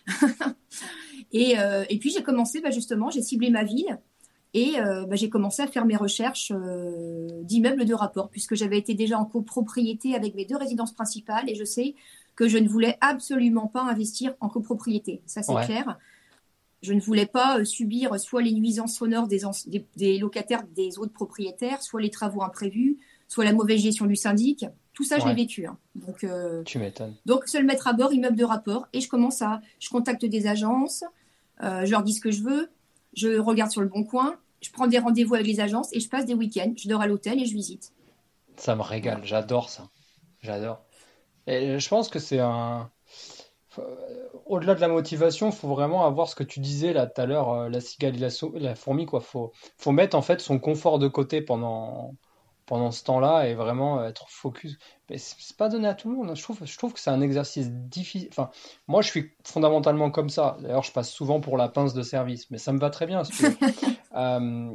Et puis, j'ai commencé, justement, j'ai ciblé ma ville. Et j'ai commencé à faire mes recherches d'immeubles de rapport, puisque j'avais été déjà en copropriété avec mes 2 résidences principales. Et je sais que je ne voulais absolument pas investir en copropriété. Ça, c'est ouais, clair. Je ne voulais pas subir soit les nuisances sonores des locataires des autres propriétaires, soit les travaux imprévus, soit la mauvaise gestion du syndic. Tout ça, je l'ai Ouais, vécu. Hein. tu m'étonnes. Donc, se le mettre à bord, immeuble de rapport, et je contacte des agences, je leur dis ce que je veux, je regarde sur le bon coin, je prends des rendez-vous avec les agences et je passe des week-ends. Je dors à l'hôtel et je visite. Ça me Voilà. régale, j'adore ça. J'adore. Et je pense que c'est faut- au-delà de la motivation, il faut vraiment avoir ce que tu disais là tout à l'heure, la cigale et la fourmi, quoi. Faut mettre en fait son confort de côté pendant ce temps-là et vraiment être focus. Mais c'est pas donné à tout le monde, hein. Je trouve que c'est un exercice difficile. Enfin, moi, je suis fondamentalement comme ça. D'ailleurs, je passe souvent pour la pince de service, mais ça me va très bien, si tu veux. Euh,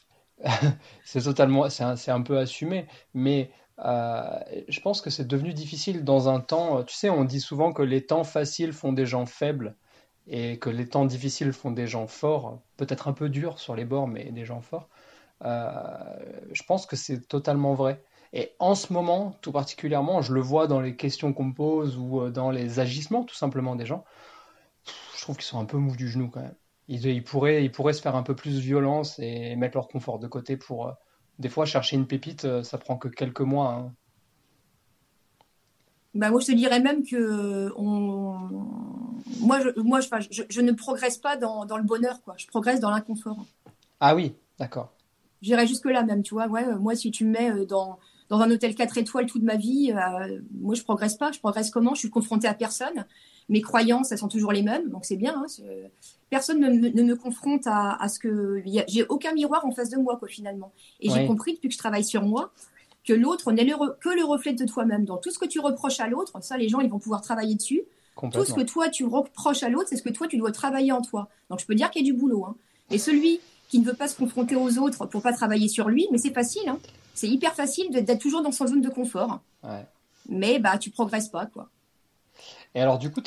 c'est un peu assumé, mais euh, je pense que c'est devenu difficile dans un temps. Tu sais, on dit souvent que les temps faciles font des gens faibles et que les temps difficiles font des gens forts, peut-être un peu durs sur les bords, mais des gens forts. Euh, je pense que c'est totalement vrai. Et en ce moment, tout particulièrement, je le vois dans les questions qu'on me pose ou dans les agissements tout simplement des gens. Je trouve qu'ils sont un peu mous du genou quand même. Ils pourraient se faire un peu plus violence et mettre leur confort de côté pour des fois chercher une pépite, ça prend que quelques mois, hein. Bah, moi, je te dirais même que je ne progresse pas dans le bonheur, quoi. Je progresse dans l'inconfort. Ah oui, d'accord. J'irais jusque-là même, tu vois. Ouais, moi, si tu me mets dans un hôtel 4 étoiles toute ma vie, moi, je progresse pas. Je progresse comment? Je suis confrontée à personne. Mes croyances, elles sont toujours les mêmes, donc c'est bien. Hein, personne ne me confronte à ce que. J'ai aucun miroir en face de moi, quoi, finalement. Et j'ai Oui, compris depuis que je travaille sur moi que l'autre n'est que le reflet de toi-même. Donc tout ce que tu reproches à l'autre, ça, les gens, ils vont pouvoir travailler dessus. Tout ce que complètement. toi, tu reproches à l'autre, c'est ce que toi, tu dois travailler en toi. Donc je peux dire qu'il y a du boulot. Hein. Et celui qui ne veut pas se confronter aux autres pour pas travailler sur lui, mais c'est facile. Hein. C'est hyper facile d'être toujours dans son zone de confort. Ouais. Mais bah, tu progresses pas, quoi. Et alors du coup,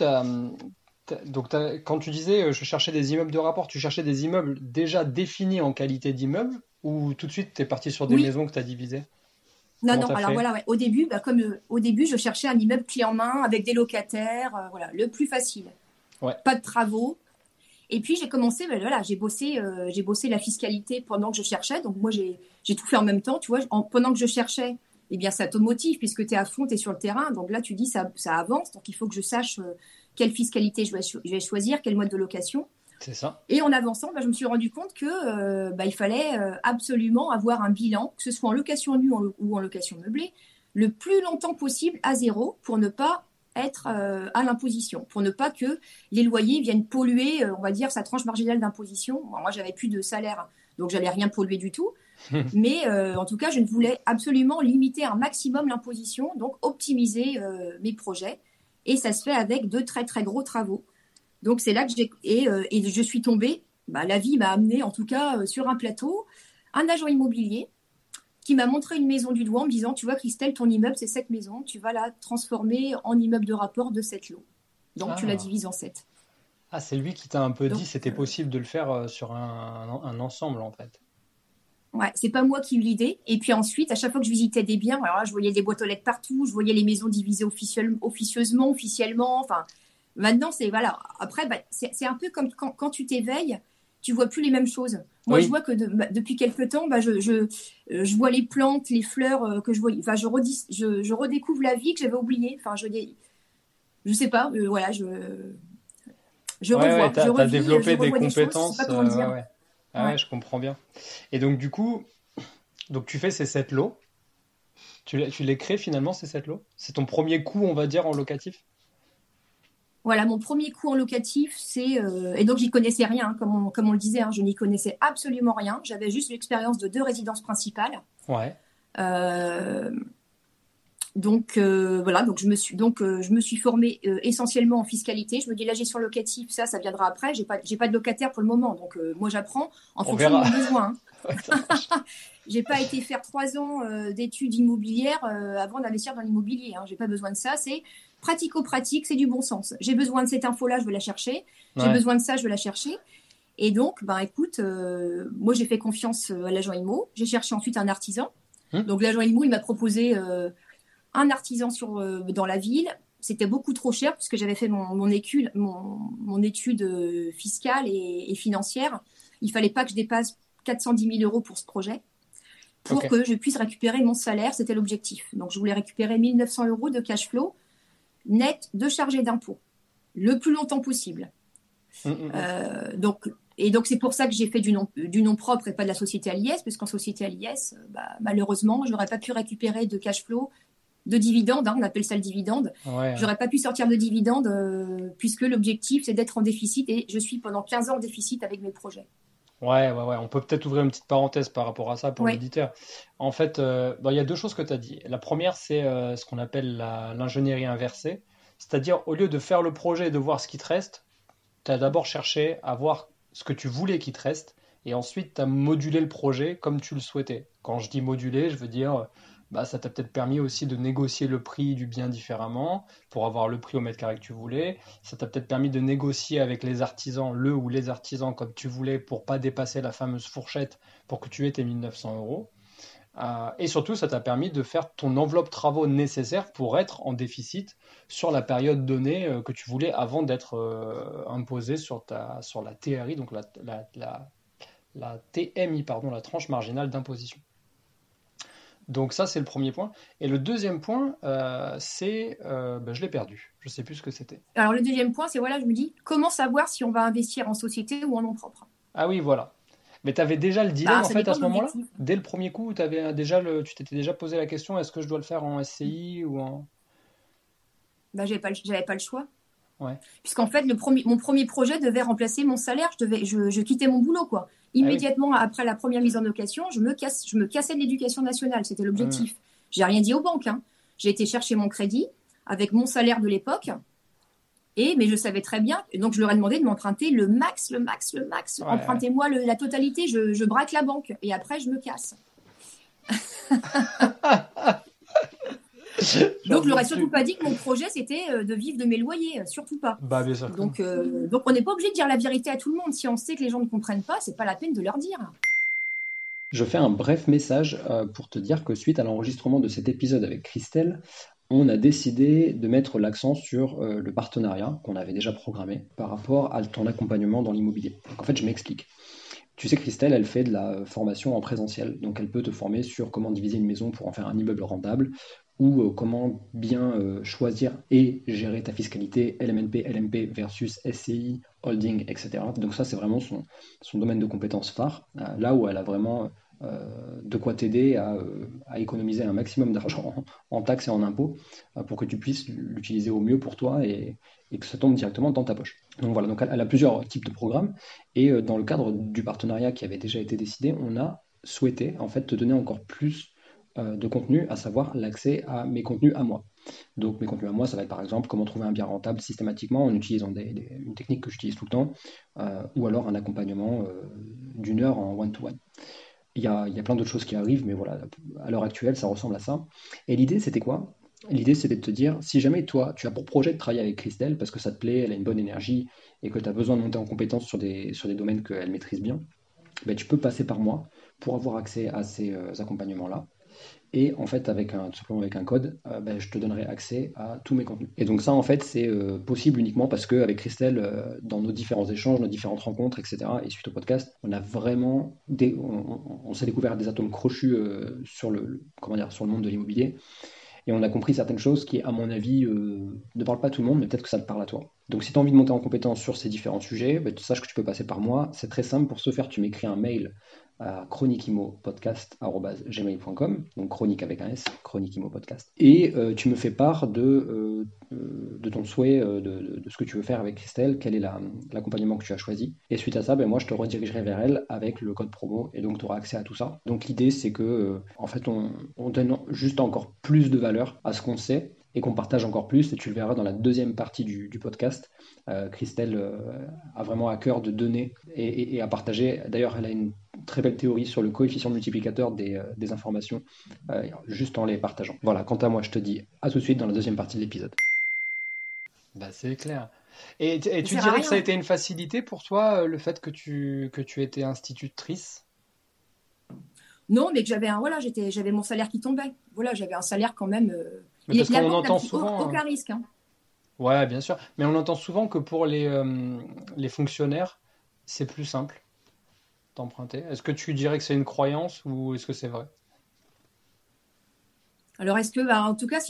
quand tu disais je cherchais des immeubles de rapport, tu cherchais des immeubles déjà définis en qualité d'immeuble ou tout de suite tu es parti sur des Oui, maisons que tu as divisées? non, Comment non. tu as Alors fait? voilà, ouais. Au début, bah, au début, je cherchais un immeuble clé en main avec des locataires, voilà, le plus facile. Ouais. Pas de travaux. Et puis j'ai commencé, ben voilà, j'ai bossé la fiscalité pendant que je cherchais. Donc moi j'ai tout fait en même temps, tu vois. Pendant que je cherchais, eh bien ça te motive puisque tu es à fond, tu es sur le terrain. Donc là tu dis ça avance, donc il faut que je sache quelle fiscalité je vais choisir, quel mode de location. C'est ça. Et en avançant, ben, je me suis rendu compte que il fallait absolument avoir un bilan, que ce soit en location nue ou en location meublée, le plus longtemps possible à zéro pour ne pas être à l'imposition, pour ne pas que les loyers viennent polluer, on va dire, sa tranche marginale d'imposition. Bon, moi, j'avais plus de salaire, donc j'allais rien polluer du tout. Mais en tout cas, je ne voulais absolument limiter un maximum l'imposition, donc optimiser mes projets. Et ça se fait avec de très très gros travaux. Donc c'est là que et je suis tombée, bah, la vie m'a amenée en tout cas sur un plateau, un agent immobilier qui m'a montré une maison du doigt en me disant, tu vois Christelle, ton immeuble c'est cette maison, tu vas la transformer en immeuble de rapport de 7 lots. Donc tu la Ah. divises en 7. Ah, c'est lui qui t'a un peu dit Donc c'était possible de le faire sur un ensemble en fait. ouais, c'est pas moi qui ai eu l'idée. Et puis ensuite, à chaque fois que je visitais des biens, alors là, je voyais des boîtes aux lettres partout, je voyais les maisons divisées officieusement, officiellement. Enfin, maintenant, c'est voilà. Après, bah, c'est un peu comme quand tu t'éveilles, tu vois plus les mêmes choses. Moi, je Oui, vois que depuis quelque temps, bah, je vois les plantes, les fleurs que je voyais. Enfin, je redécouvre la vie que j'avais oubliée. Enfin, je sais pas. Voilà, ouais, ouais, je t'as revis, je développé des revois des choses. Je sais pas compétences, comment ouais, dire. ouais. Ah Ouais. ouais, je comprends bien. Et donc du coup, donc tu fais ces 7 lots, tu les crées finalement ces 7 lots? C'est ton premier coup, on va dire, en locatif? Voilà, mon premier coup en locatif, et donc j'y connaissais rien, hein, comme on le disait, hein, je n'y connaissais absolument rien. J'avais juste l'expérience de 2 résidences principales. Ouais. Euh, donc voilà, donc je me suis formée essentiellement en fiscalité. Je me dis la gestion locative, ça viendra après. J'ai pas de locataire pour le moment, donc moi j'apprends en On fonction de verra. mon besoin. Hein. Ouais, ça marche. J'ai pas été faire 3 ans d'études immobilières avant d'investir dans l'immobilier. Hein. J'ai pas besoin de ça. C'est pratico-pratique, c'est du bon sens. J'ai besoin de cette info-là, je veux la chercher. J'ai Ouais. besoin de ça, je veux la chercher. Et donc, ben écoute, moi j'ai fait confiance à l'agent IMO. J'ai cherché ensuite un artisan. Hmm. Donc l'agent IMO, il m'a proposé un artisan dans la ville. C'était beaucoup trop cher puisque j'avais fait mon étude fiscale et financière. Il fallait pas que je dépasse 410 000 euros pour ce projet. pour que je puisse récupérer mon salaire. C'était l'objectif. Donc, je voulais récupérer 1 900 € de cash flow net de chargé d'impôts le plus longtemps possible. Donc, c'est pour ça que j'ai fait du nom propre et pas de la société à l'IS, parce qu'en société à l'IS, malheureusement, je n'aurais pas pu récupérer de cash flow, de dividendes, on appelle ça le dividende. Ouais. J'aurais pas pu sortir de dividendes puisque l'objectif, c'est d'être en déficit et je suis pendant 15 ans en déficit avec mes projets. Ouais. On peut peut-être ouvrir une petite parenthèse par rapport à ça pour l'auditeur. En fait, il y a deux choses que tu as dit. La première, c'est ce qu'on appelle l'ingénierie inversée. C'est-à-dire, au lieu de faire le projet et de voir ce qui te reste, tu as d'abord cherché à voir ce que tu voulais qu'il te reste et ensuite tu as modulé le projet comme tu le souhaitais. Quand je dis moduler, je veux dire, ça t'a peut-être permis aussi de négocier le prix du bien différemment pour avoir le prix au mètre carré que tu voulais. Ça t'a peut-être permis de négocier avec les artisans, le ou les artisans comme tu voulais pour pas dépasser la fameuse fourchette pour que tu aies tes 1 900 €. Et surtout, ça t'a permis de faire ton enveloppe travaux nécessaire pour être en déficit sur la période donnée que tu voulais avant d'être imposé sur la TRI, donc la TMI, pardon, la tranche marginale d'imposition. Donc ça, c'est le premier point. Et le deuxième point, c'est... je l'ai perdu. Je ne sais plus ce que c'était. Alors le deuxième point, c'est je me dis, comment savoir si on va investir en société ou en nom propre? Ah oui, voilà. Mais tu avais déjà le dilemme en fait à ce moment-là? l'objectif. Dès le premier coup, tu t'étais déjà posé la question, est-ce que je dois le faire en SCI ou en... J'avais pas le choix. Ouais. Puisqu'en fait, mon premier projet devait remplacer mon salaire. Je quittais mon boulot, quoi. Immédiatement après la première mise en location, je me cassais de l'éducation nationale. C'était l'objectif. J'ai rien dit aux banques. J'ai été chercher mon crédit avec mon salaire de l'époque. Mais je savais très bien. Donc, je leur ai demandé de m'emprunter le max. Ouais. Empruntez-moi la totalité. Je braque la banque. Et après, je me casse. Donc, je leur ai surtout pas dit que mon projet, c'était de vivre de mes loyers. Surtout pas. Bien sûr. Donc, on n'est pas obligé de dire la vérité à tout le monde. Si on sait que les gens ne comprennent pas, c'est pas la peine de leur dire. Je fais un bref message pour te dire que suite à l'enregistrement de cet épisode avec Christelle, on a décidé de mettre l'accent sur le partenariat qu'on avait déjà programmé par rapport à ton accompagnement dans l'immobilier. Donc en fait, je m'explique. Tu sais, Christelle, elle fait de la formation en présentiel, donc elle peut te former sur comment diviser une maison pour en faire un immeuble rentable ou comment bien choisir et gérer ta fiscalité LMNP, LMP versus SCI, holding, etc. Donc ça, c'est vraiment son domaine de compétences phare, là où elle a vraiment de quoi t'aider à économiser un maximum d'argent en taxes et en impôts pour que tu puisses l'utiliser au mieux pour toi et que ça tombe directement dans ta poche. Donc voilà, donc elle a plusieurs types de programmes et dans le cadre du partenariat qui avait déjà été décidé, on a souhaité en fait te donner encore plus de contenu, à savoir l'accès à mes contenus à moi. Donc mes contenus à moi, ça va être par exemple comment trouver un bien rentable systématiquement en utilisant une technique que j'utilise tout le temps ou alors un accompagnement d'1 heure en one-to-one. Il y a plein d'autres choses qui arrivent, mais voilà, à l'heure actuelle, ça ressemble à ça. Et l'idée, c'était quoi? L'idée, c'était de te dire, si jamais toi, tu as pour projet de travailler avec Christelle, parce que ça te plaît, elle a une bonne énergie, et que tu as besoin de monter en compétence sur des domaines qu'elle maîtrise bien, tu peux passer par moi pour avoir accès à ces accompagnements-là. Et en fait, tout simplement avec un code, je te donnerai accès à tous mes contenus. Et donc ça, en fait, c'est possible uniquement parce qu'avec Christelle, dans nos différents échanges, nos différentes rencontres, etc., et suite au podcast, on a vraiment on s'est découvert des atomes crochus sur le monde de l'immobilier. Et on a compris certaines choses qui, à mon avis, ne parlent pas à tout le monde, mais peut-être que ça te parle à toi. Donc si tu as envie de monter en compétence sur ces différents sujets, sache que tu peux passer par moi. C'est très simple. Pour ce faire, tu m'écris un mail à chroniquimopodcast@gmail.com, donc chronique avec un S, chroniquimopodcast. Et tu me fais part de ton souhait, de ce que tu veux faire avec Christelle, quel est l'accompagnement que tu as choisi. Et suite à ça, moi je te redirigerai vers elle avec le code promo et donc tu auras accès à tout ça. Donc l'idée c'est que en fait on donne juste encore plus de valeur à ce qu'on sait et qu'on partage encore plus, et tu le verras dans la deuxième partie du podcast. Christelle a vraiment à cœur de donner et à partager. D'ailleurs, elle a une très belle théorie sur le coefficient multiplicateur des informations, juste en les partageant. Voilà, quant à moi, je te dis à tout de suite dans la deuxième partie de l'épisode. C'est clair. Et tu dirais que ça a été une facilité pour toi, le fait que tu étais institutrice? Non, mais que j'avais mon salaire qui tombait. Voilà, j'avais un salaire quand même... Mais parce qu'on entend souvent... Aucun risque. Ouais, bien sûr. Mais on entend souvent que pour les fonctionnaires, c'est plus simple d'emprunter. Est-ce que tu dirais que c'est une croyance ou est-ce que c'est vrai? Alors, est-ce que, bah, en tout cas,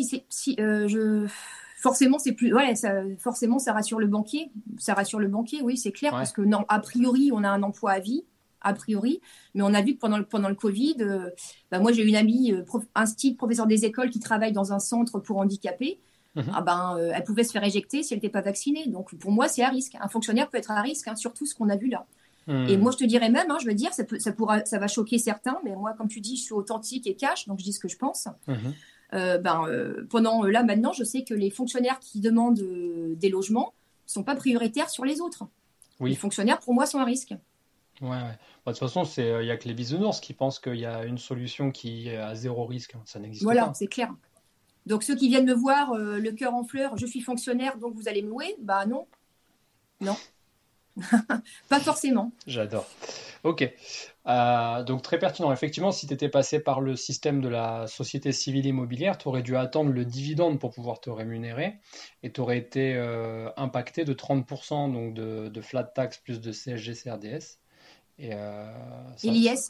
forcément, c'est plus, ouais, forcément, ça rassure le banquier. Ça rassure le banquier, oui, c'est clair, Ouais. parce que non, a priori, on a un emploi à vie, a priori, mais on a vu que pendant le Covid, bah, moi, j'ai une amie, professeure des écoles, qui travaille dans un centre pour handicapés. Mhm. Ah ben, elle pouvait se faire éjecter si elle n'était pas vaccinée. Donc, pour moi, c'est à risque. Un fonctionnaire peut être à risque, hein, surtout ce qu'on a vu là. Et moi, je te dirais même, hein, je veux dire, ça va choquer certains, mais moi, comme tu dis, je suis authentique et cash, donc je dis ce que je pense. Mhm. Pendant là maintenant, je sais que les fonctionnaires qui demandent des logements sont pas prioritaires sur les autres. Les Oui. fonctionnaires, pour moi, sont à risque. Ouais, ouais. Bah, de toute façon, il y a que les bisounours qui pensent qu'il y a une solution qui est à zéro risque, hein. Ça n'existe Voilà, pas. c'est clair. Donc ceux qui viennent me voir, le cœur en fleurs, je suis fonctionnaire, donc vous allez me louer, bah non, non, pas forcément. J'adore. Ok. Donc très pertinent. Effectivement, si tu étais passé par le système de la société civile immobilière, tu aurais dû attendre le dividende pour pouvoir te rémunérer et tu aurais été impacté de 30% donc de flat tax plus de CSG CRDS. Et, Et ça, l'IS.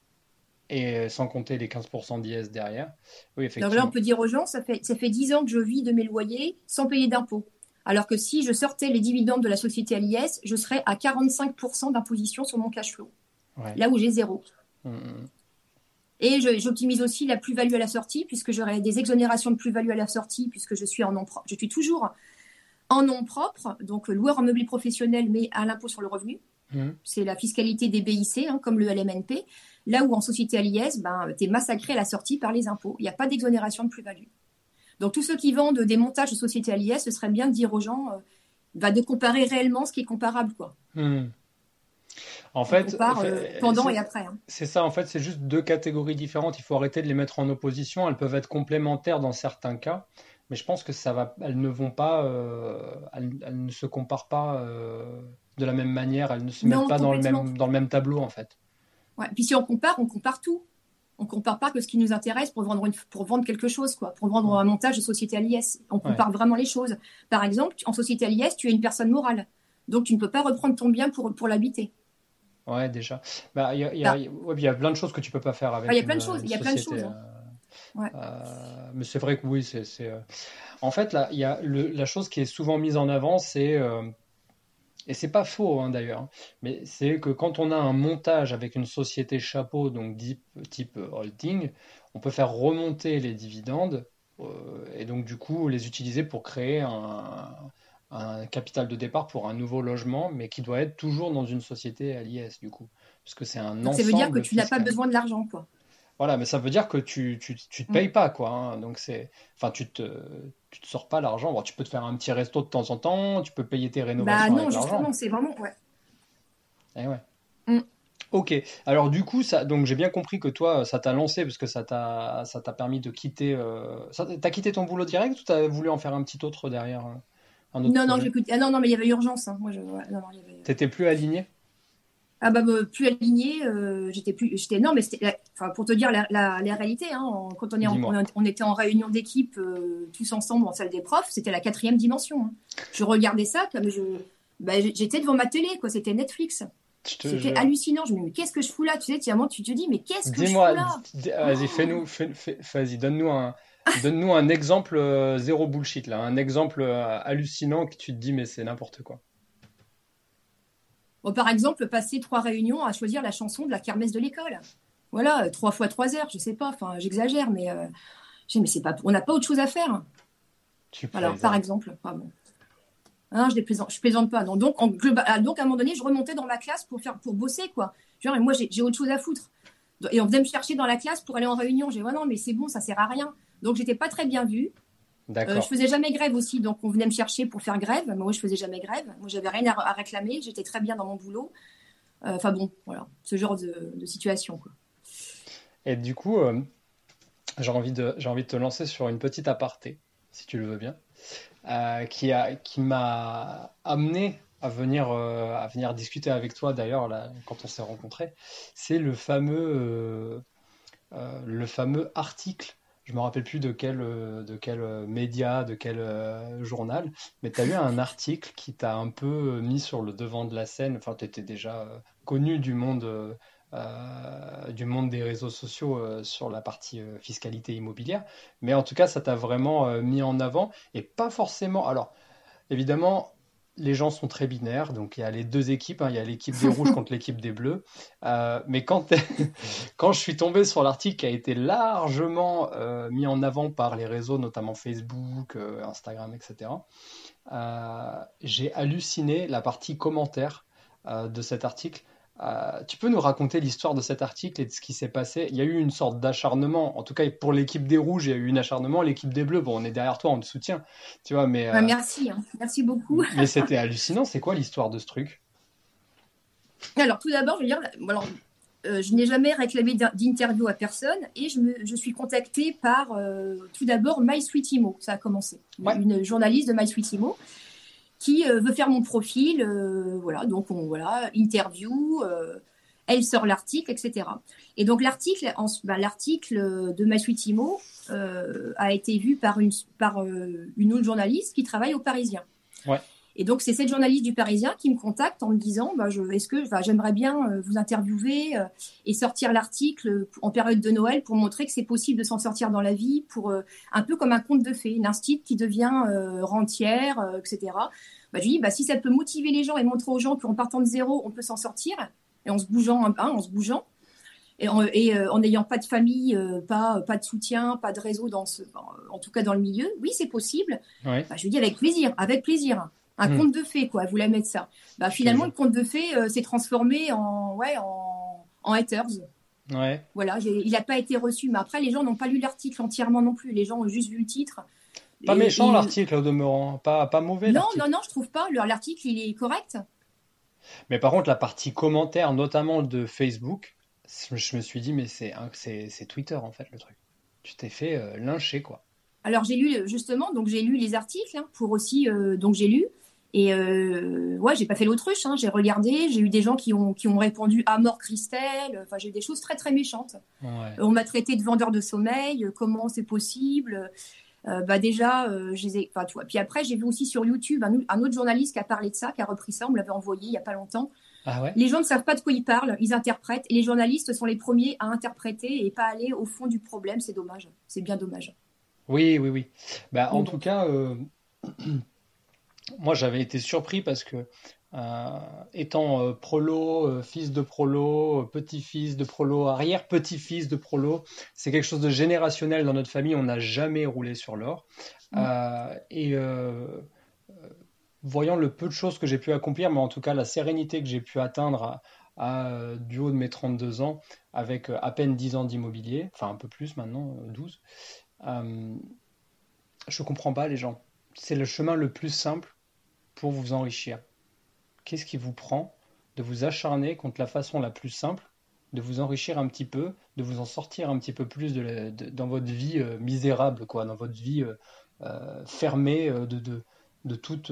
et sans compter les 15% d'IS derrière. Oui, Donc là, on effectivement. peut dire aux gens, ça fait 10 ans que je vis de mes loyers sans payer d'impôts. Alors que si je sortais les dividendes de la société à l'IS, je serais à 45% d'imposition sur mon cash flow, Ouais. là où j'ai zéro. Mm. Et j'optimise aussi la plus-value à la sortie, puisque j'aurai des exonérations de plus-value à la sortie, puisque je suis je suis toujours en nom propre, donc loueur en meublé professionnel, mais à l'impôt sur le revenu. Mm. C'est la fiscalité des BIC, hein, comme le LMNP. Là où en société à l'IS, tu es massacré à la sortie par les impôts. Il n'y a pas d'exonération de plus-value. Donc tous ceux qui vendent des montages de société à l'IS, ce serait bien de dire aux gens de comparer réellement ce qui est comparable, quoi. Mm. En On fait, compare pendant et après. Hein. c'est ça, en fait, c'est juste deux catégories différentes. Il faut arrêter de les mettre en opposition. Elles peuvent être complémentaires dans certains cas, mais je pense que elles ne vont pas, elles ne se comparent pas de la même manière. Elles ne se mettent Non, pas complètement. dans le même tableau, en fait. Ouais. Puis si on compare tout. On ne compare pas que ce qui nous intéresse pour vendre quelque chose, quoi, pour vendre Ouais. un montage de société à l'IS. On Ouais. compare vraiment les choses. Par exemple, en société à l'IS, tu es une personne morale. Donc, tu ne peux pas reprendre ton bien pour l'habiter. Ouais, déjà. Bah, il y a plein de choses que tu peux pas faire Il y avec a plein de choses. une Il y a plein de société. choses. Hein. Ouais. Mais c'est vrai que oui, En fait, là, il y a la chose qui est souvent mise en avant, et c'est pas faux hein, d'ailleurs, mais c'est que quand on a un montage avec une société chapeau, donc type holding, on peut faire remonter les dividendes et donc du coup les utiliser pour créer un capital de départ pour un nouveau logement, mais qui doit être toujours dans une société à l'IS du coup, parce que c'est un Donc, ça veut dire que ensemble tu n'as pas fiscal. besoin de l'argent, quoi. Voilà, mais ça veut dire que tu te payes pas, quoi, hein. Donc enfin, tu te sors pas l'argent. Bon, tu peux te faire un petit resto de temps en temps, tu peux payer tes Bah rénovations non, avec l'argent. justement, c'est vraiment... Ouais. Eh ouais. Mm. Ok. Alors du coup, donc j'ai bien compris que toi, ça t'a lancé parce que ça t'a permis de quitter. T'as quitté ton boulot direct ou t'as voulu en faire un petit autre derrière, un autre Non, projet? non, non, mais il y avait urgence. Hein. Moi, non, non, il y avait... T'étais plus aligné? Ah bah plus alignée, non mais enfin pour te dire la réalité, hein, quand Dis-moi. on était en réunion d'équipe tous ensemble en salle des profs, c'était la 4e dimension. Hein. Je regardais ça comme j'étais devant ma télé quoi, c'était Netflix. Je te C'était jure. hallucinant. Je me dis mais qu'est-ce que je fous là, tu sais, tu te dis mais qu'est-ce que je fous Dis-moi, là. vas-y, Oh vas-y, donne-nous un exemple zéro bullshit là, un exemple hallucinant que tu te dis mais c'est n'importe quoi. Bon, par exemple, passer 3 réunions à choisir la chanson de la kermesse de l'école. Voilà, 3 fois 3 heures, je sais pas, enfin j'exagère, mais mais c'est pas, on n'a pas autre chose à faire. Tu Alors par plaisantes. exemple, pardon. Ah, je plaisante pas. Non. Donc, à un moment donné, je remontais dans ma classe pour bosser, quoi. Genre, et moi, j'ai autre chose à foutre. Et on venait me chercher dans la classe pour aller en réunion. J'ai dit, ouais, non, mais c'est bon, ça sert à rien. Donc, j'étais pas très bien vue. Je D'accord. faisais jamais grève aussi, donc on venait me chercher pour faire grève. Mais moi, je faisais jamais grève. Moi, j'avais rien à réclamer. J'étais très bien dans mon boulot. Enfin bon, voilà, ce genre de situation, quoi. Et du coup, j'ai envie de te lancer sur une petite aparté, si tu le veux bien, qui m'a amené à venir discuter avec toi d'ailleurs là, quand on s'est rencontrés. C'est le fameux article. Je me rappelle plus de quel média, de quel journal, mais tu as eu un article qui t'a un peu mis sur le devant de la scène. Enfin, tu étais déjà connu du monde du monde des réseaux sociaux sur la partie fiscalité immobilière. Mais en tout cas, ça t'a vraiment mis en avant et pas forcément. Alors, évidemment, les gens sont très binaires, donc il y a les deux équipes, hein, il y a l'équipe des rouges contre l'équipe des bleus. Mais quand je suis tombé sur l'article qui a été largement mis en avant par les réseaux, notamment Facebook, Instagram, etc., j'ai halluciné la partie commentaire de cet article. Tu peux nous raconter l'histoire de cet article et de ce qui s'est passé? Il y a eu une sorte d'acharnement, en tout cas pour l'équipe des rouges, il y a eu un acharnement. L'équipe des bleus, bon, on est derrière toi, on te soutient, tu vois, mais Merci, hein. Merci beaucoup. mais c'était hallucinant. C'est quoi l'histoire de ce truc? Alors, tout d'abord, je veux dire, alors, je n'ai jamais réclamé d'interview à personne et je suis contactée par tout d'abord MySweetImo. Ça a commencé. Ouais. Une journaliste de MySweetImo qui veut faire mon profil. Voilà, donc voilà, interview. Elle sort l'article, etc. Et donc l'article de MySweetImo a été vu par une autre journaliste qui travaille au Parisien. Ouais. Et donc, c'est cette journaliste du Parisien qui me contacte en me disant j'aimerais bien vous interviewer et sortir l'article en période de Noël pour montrer que c'est possible de s'en sortir dans la vie, pour un peu comme un conte de fées, une instite qui devient rentière, etc. Je lui dis, si ça peut motiver les gens et montrer aux gens qu'en partant de zéro, on peut s'en sortir, et en se bougeant, et en n'ayant pas de famille, pas de soutien, pas de réseau en tout cas dans le milieu, oui, c'est possible. Ouais. Je lui dis avec plaisir. Un conte de fées, quoi. Elle voulait mettre ça. Finalement, le conte de fées s'est transformé en haters. Ouais. Voilà, il n'a pas été reçu. Mais après, les gens n'ont pas lu l'article entièrement non plus. Les gens ont juste vu le titre. Pas méchant l'article au demeurant, pas mauvais. Non, je trouve pas. L'article, il est correct. Mais par contre, la partie commentaire, notamment de Facebook, je me suis dit, mais c'est Twitter en fait le truc. Tu t'es fait lyncher, quoi. Alors j'ai lu j'ai lu les articles pour aussi, donc j'ai lu. Et j'ai pas fait l'autruche, hein. J'ai regardé, j'ai eu des gens qui ont répondu à mort Christelle. Enfin, j'ai eu des choses très très méchantes. Ouais. On m'a traité de vendeur de sommeil. Comment c'est possible? Déjà, tu vois. Puis après, j'ai vu aussi sur YouTube un autre journaliste qui a parlé de ça, qui a repris ça. On me l'avait envoyé il y a pas longtemps. Ah ouais? Les gens ne savent pas de quoi ils parlent, ils interprètent. Et les journalistes sont les premiers à interpréter et pas aller au fond du problème. C'est dommage. C'est bien dommage. Oui. En tout cas, moi j'avais été surpris parce que étant prolo, fils de prolo, petit-fils de prolo, arrière-petit-fils de prolo, c'est quelque chose de générationnel dans notre famille. On n'a jamais roulé sur l'or. Voyant le peu de choses que j'ai pu accomplir, mais en tout cas la sérénité que j'ai pu atteindre du haut de mes 32 ans, avec à peine 10 ans d'immobilier, enfin un peu plus maintenant, 12. Je comprends pas les gens. C'est le chemin le plus simple pour vous enrichir. Qu'est-ce qui vous prend de vous acharner contre la façon la plus simple de vous enrichir un petit peu, de vous en sortir un petit peu plus dans votre vie misérable, quoi, dans votre vie fermée de toute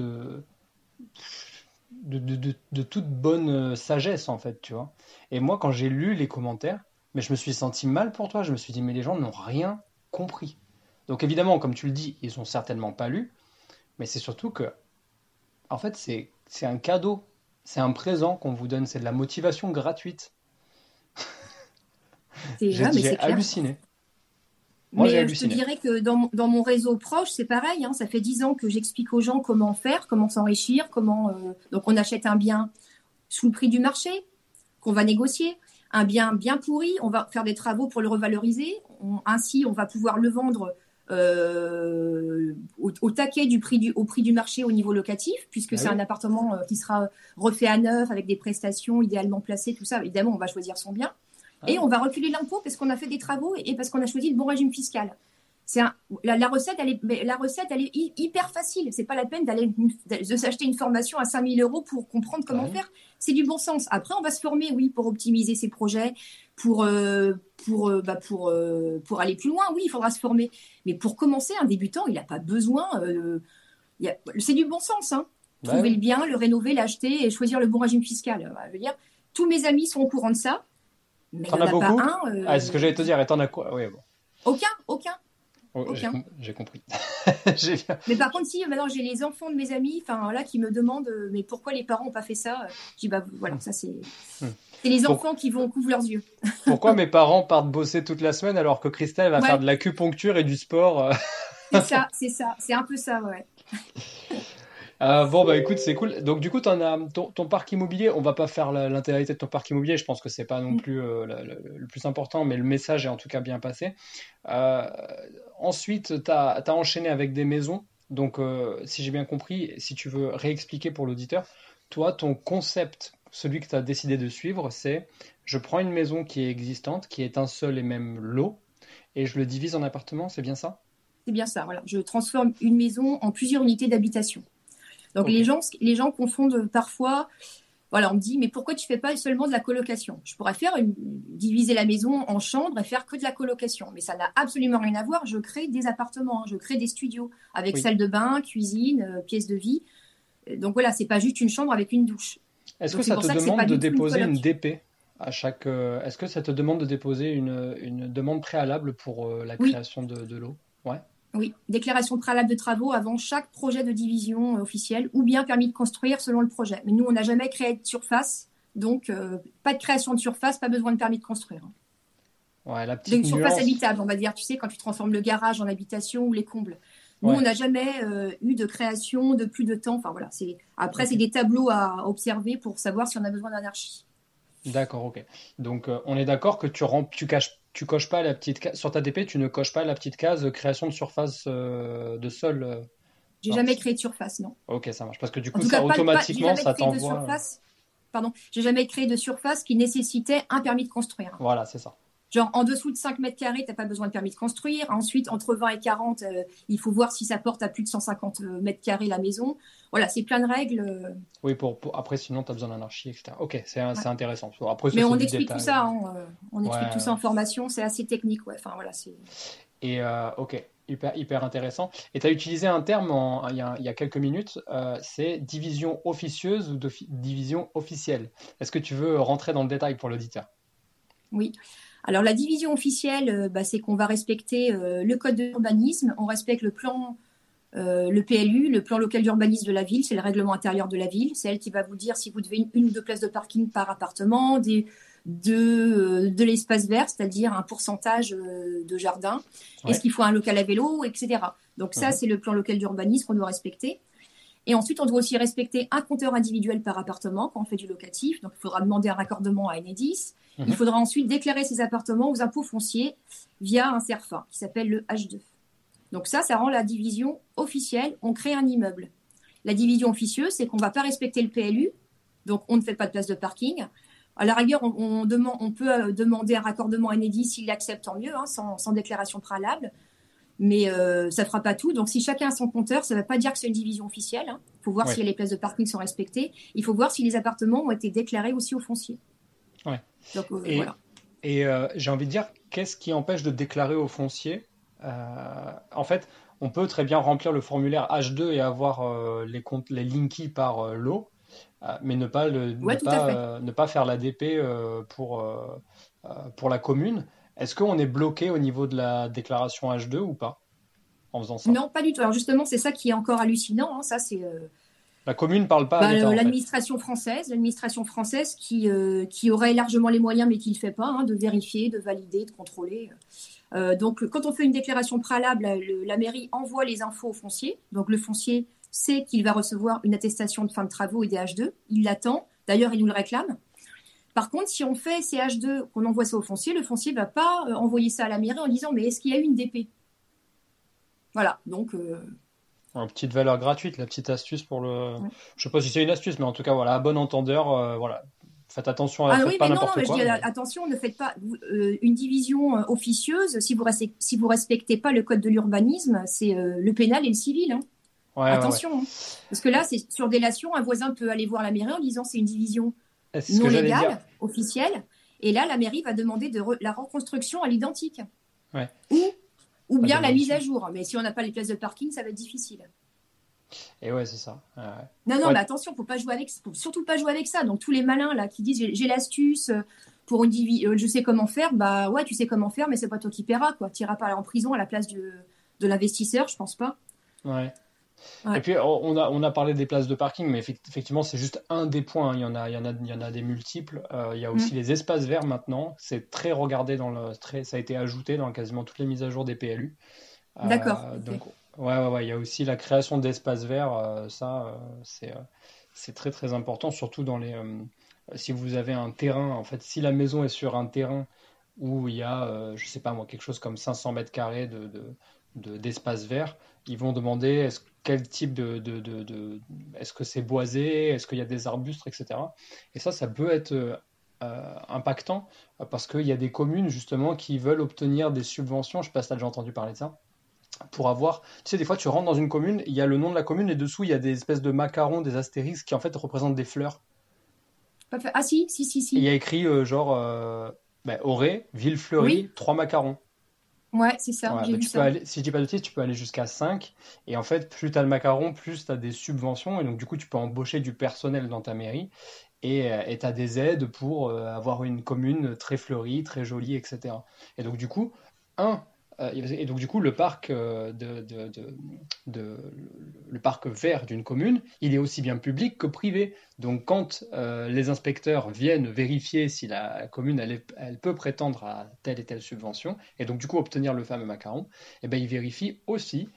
bonne sagesse, en fait, tu vois. Et moi, quand j'ai lu les commentaires, mais je me suis senti mal pour toi. Je me suis dit, mais les gens n'ont rien compris. Donc évidemment, comme tu le dis, ils ont certainement pas lu, mais c'est surtout que, en fait, c'est un cadeau, c'est un présent qu'on vous donne, c'est de la motivation gratuite. J'ai halluciné. Moi, j'ai halluciné. Je te dirais que dans mon réseau proche, c'est pareil. Hein, ça fait 10 ans que j'explique aux gens comment faire, comment s'enrichir, donc on achète un bien sous le prix du marché, qu'on va négocier. Un bien bien pourri, on va faire des travaux pour le revaloriser. Ainsi, on va pouvoir le vendre au taquet au prix du marché au niveau locatif, puisque c'est un appartement qui sera refait à neuf avec des prestations idéalement placées, tout ça. Évidemment, on va choisir son bien. Et on va reculer l'impôt parce qu'on a fait des travaux et parce qu'on a choisi le bon régime fiscal. La recette, elle est hyper facile. C'est pas la peine de s'acheter une formation à 5 000 € pour comprendre comment faire. C'est du bon sens. Après, on va se former, oui, pour optimiser ses projets, pour aller plus loin. Oui, il faudra se former. Mais pour commencer, un débutant, il n'a pas besoin. C'est du bon sens, hein. Trouver le bien, le rénover, l'acheter et choisir le bon régime fiscal. Je veux dire, tous mes amis sont au courant de ça. Mais t'en as beaucoup? C'est ce que j'allais te dire. Et t'en as quoi? Oui, bon. Aucun. Oh, Aucun. j'ai compris. Mais par contre, si maintenant j'ai les enfants de mes amis, enfin là, qui me demandent, mais pourquoi les parents n'ont pas fait ça? Je dis bah voilà, ça c'est les enfants qui vont couvrir leurs yeux. Pourquoi mes parents partent bosser toute la semaine alors que Christelle va faire Ouais, de l'acupuncture et du sport? c'est un peu ça, ouais. Bon, bah écoute, c'est cool. Donc, du coup, ton parc immobilier. On va pas faire l'intégralité de ton parc immobilier. Je pense que c'est pas non plus le plus important, mais le message est en tout cas bien passé. Euh, Ensuite, tu as enchaîné avec des maisons. Donc, si j'ai bien compris, si tu veux réexpliquer pour l'auditeur, toi, ton concept, celui que tu as décidé de suivre, c'est je prends une maison qui est existante, qui est un seul et même lot, et je le divise en appartements, c'est bien ça? C'est bien ça, voilà. Je transforme une maison en plusieurs unités d'habitation. Donc Ok. les gens confondent parfois. Voilà, on me dit, mais pourquoi tu fais pas seulement de la colocation? Je pourrais diviser la maison en chambres et faire que de la colocation. Mais ça n'a absolument rien à voir. Je crée des appartements, hein. Je crée des studios avec Oui. salle de bain, cuisine, pièce de vie. Donc voilà, c'est pas juste une chambre avec une douche. Est-ce que Donc c'est ça pour te ça que c'est demande pas de du tout une déposer une coloc. DP à chaque... Est-ce que ça te demande de déposer une demande préalable pour la Oui, création de l'eau? Ouais. oui. Déclaration préalable de travaux avant chaque projet de division officielle ou bien permis de construire selon le projet. Mais nous, on n'a jamais créé de surface. Donc, pas de création de surface, pas besoin de permis de construire. Ouais, la D'une petite surface nuance. habitable, on va dire, tu sais, quand tu transformes le garage en habitation ou les combles. Nous, on Ouais, n'a jamais eu de création de plus de temps. Enfin, voilà. Après, ok. c'est des tableaux à observer pour savoir si on a besoin d'anarchie. D'accord, ok. Donc, on est d'accord que tu coches pas la petite case. Sur ta DP, tu ne coches pas la petite case création de surface de sol. J'ai Non, jamais créé de surface, non. ok, ça marche. Parce que du En coup, tout ça cas, j'ai automatiquement, jamais ça créé de t'envoie. surface. Pardon, j'ai jamais créé de surface qui nécessitait un permis de construire. Voilà, c'est ça. Genre, en dessous de 5 mètres carrés, tu n'as pas besoin de permis de construire. Ensuite, entre 20 et 40, il faut voir si ça porte à plus de 150 mètres carrés la maison. Voilà, c'est plein de règles. Oui, après, sinon, tu as besoin d'anarchie, etc. Ok, Ouais. c'est intéressant. Après, ça, Mais c'est on du explique tout détail. ça, hein, on Ouais, explique tout ça ouais. en formation, c'est assez technique, ouais. Enfin, voilà, Et ok, hyper intéressant. Et tu as utilisé un terme il y a quelques minutes, c'est division officieuse ou division officielle. Est-ce que tu veux rentrer dans le détail pour l'auditeur? oui. Alors, la division officielle, c'est qu'on va respecter le code de l'urbanisme, on respecte le PLU, le plan local d'urbanisme de la ville, c'est le règlement intérieur de la ville. C'est elle qui va vous dire si vous devez une ou deux places de parking par appartement, de l'espace vert, c'est-à-dire un pourcentage de jardin. Est-ce Ouais. qu'il faut un local à vélo, etc. Donc ça, Mhm. c'est le plan local d'urbanisme qu'on doit respecter. Et ensuite, on doit aussi respecter un compteur individuel par appartement quand on fait du locatif. Donc, il faudra demander un raccordement à Enedis. Il Mhm. faudra ensuite déclarer ces appartements aux impôts fonciers via un CERFA qui s'appelle le H2. Donc ça rend la division officielle. On crée un immeuble. La division officieuse, c'est qu'on ne va pas respecter le PLU. Donc, on ne fait pas de place de parking. À la rigueur, on peut demander un raccordement à Enedis s'il l'accepte, tant mieux, hein, sans déclaration préalable. Mais ça ne fera pas tout. Donc, si chacun a son compteur, ça ne veut pas dire que c'est une division officielle. Il faut voir Ouais. si les places de parking sont respectées. Il faut voir si les appartements ont été déclarés aussi au foncier. Ouais. Donc, Et, voilà. j'ai envie de dire, qu'est-ce qui empêche de déclarer au foncier? En fait, on peut très bien remplir le formulaire H2 et avoir les linkies par lot, mais Ouais, tout à fait. ne pas faire la DP pour la commune. Est-ce qu'on est bloqué au niveau de la déclaration H2 ou pas en faisant ça? Non, pas du tout. Alors, justement, c'est ça qui est encore hallucinant, hein. Ça, c'est La commune parle pas à l'État en fait. l'administration française qui aurait largement les moyens, mais qui ne le fait pas, hein, de vérifier, de valider, de contrôler. Donc, quand on fait une déclaration préalable, la mairie envoie les infos au foncier. Donc, le foncier sait qu'il va recevoir une attestation de fin de travaux et des H2. Il l'attend. D'ailleurs, il nous le réclame. Par contre, si on fait ces H2, qu'on envoie ça au foncier, le foncier ne va pas envoyer ça à la mairie en disant mais est-ce qu'il y a eu une DP? Voilà. Donc, Une petite valeur gratuite, la petite astuce pour le. ouais. Je sais pas si c'est une astuce, mais en tout cas voilà, à bon entendeur, voilà. Faites attention, Ah faites oui, pas mais non, n'importe mais je quoi, dis mais attention, ne faites pas une division officieuse. Si vous respectez pas le code de l'urbanisme, c'est le pénal et le civil, hein. ouais. Attention, hein. Parce que là, c'est sur délation, un voisin peut aller voir la mairie en disant c'est une division C'est ce non que j'allais dire. légale, officielle, et là, la mairie va demander la reconstruction à l'identique, Ouais. ou La bien la mise démolition. à jour. Mais si on n'a pas les places de parking, ça va être difficile. Et ouais, c'est ça. Non, non, Ouais. mais attention, faut surtout pas jouer avec ça. Donc tous les malins là qui disent j'ai l'astuce pour une je sais comment faire, bah ouais, tu sais comment faire, mais c'est pas toi qui paieras quoi. Tu iras pas en prison à la place de l'investisseur, je pense pas. Ouais. Ouais. Et puis on a parlé des places de parking, mais effectivement c'est juste un des points, hein. Il y en a des multiples. Il y a aussi les espaces verts maintenant. C'est très regardé ça a été ajouté dans quasiment toutes les mises à jour des PLU. D'accord. Donc Ok. ouais, il y a aussi la création d'espaces verts. C'est très très important, surtout si vous avez un terrain. En fait, si la maison est sur un terrain où il y a, je sais pas moi, quelque chose comme 500 mètres carrés d'espace vert, ils vont demander quel type est-ce que c'est boisé, est-ce qu'il y a des arbustes, etc. Et ça peut être impactant parce qu'il y a des communes justement qui veulent obtenir des subventions. Je sais pas si tu as déjà entendu parler de ça. Pour avoir, tu sais, des fois tu rentres dans une commune, il y a le nom de la commune et dessous il y a des espèces de macarons, des astérisques qui en fait représentent des fleurs. Ah si. Et il y a écrit Auray, ville fleurie, Oui. 3 macarons. Ouais, c'est ça. Ouais, J'ai bah, vu tu peux ça. aller, si je dis pas de bêtises, tu peux aller jusqu'à 5. Et en fait, plus tu as le macaron, plus tu as des subventions. Et donc, du coup, tu peux embaucher du personnel dans ta mairie. Et tu as des aides pour avoir une commune très fleurie, très jolie, etc. Et donc, du coup, le parc, de- le parc vert d'une commune, il est aussi bien public que privé. Donc, quand les inspecteurs viennent vérifier si la commune elle peut prétendre à telle et telle subvention, et donc du coup obtenir le fameux macaron, et ben, ils vérifient aussi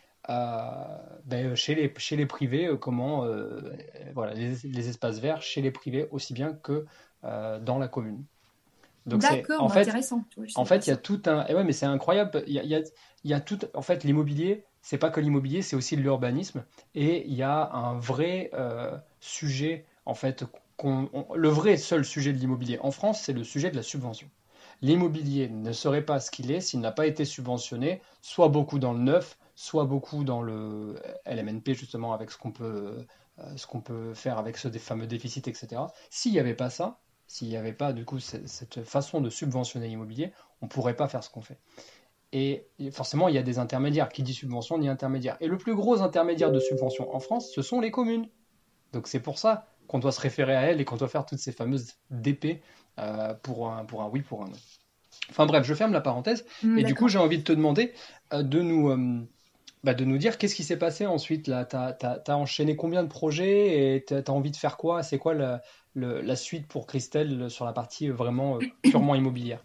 chez les privés comment voilà, les espaces verts chez les privés aussi bien que dans la commune. Donc c'est D'accord, bah, intéressant. Tu vois, je en savais pas fait, il y a ça. tout un. Et ouais, mais c'est incroyable. Il y a tout. En fait, l'immobilier, c'est pas que l'immobilier, c'est aussi de l'urbanisme. Et il y a un vrai sujet, en fait, le vrai seul sujet de l'immobilier en France, c'est le sujet de la subvention. L'immobilier ne serait pas ce qu'il est s'il n'a pas été subventionné, soit beaucoup dans le neuf, soit beaucoup dans le LMNP, justement, avec ce qu'on peut faire avec ce des fameux déficits, etc. S'il n'y avait pas ça, s'il n'y avait pas du coup cette façon de subventionner l'immobilier, on ne pourrait pas faire ce qu'on fait. Et forcément, il y a des intermédiaires. Qui dit subvention dit intermédiaire. Et le plus gros intermédiaire de subvention en France, ce sont les communes. Donc c'est pour ça qu'on doit se référer à elles et qu'on doit faire toutes ces fameuses DP pour un oui, pour un non. Enfin bref, je ferme la parenthèse. Et du coup, D'accord. j'ai envie de te demander de nous dire qu'est-ce qui s'est passé ensuite là. T'as enchaîné combien de projets et t'as envie de faire quoi? C'est quoi la suite pour Christelle sur la partie vraiment purement immobilière?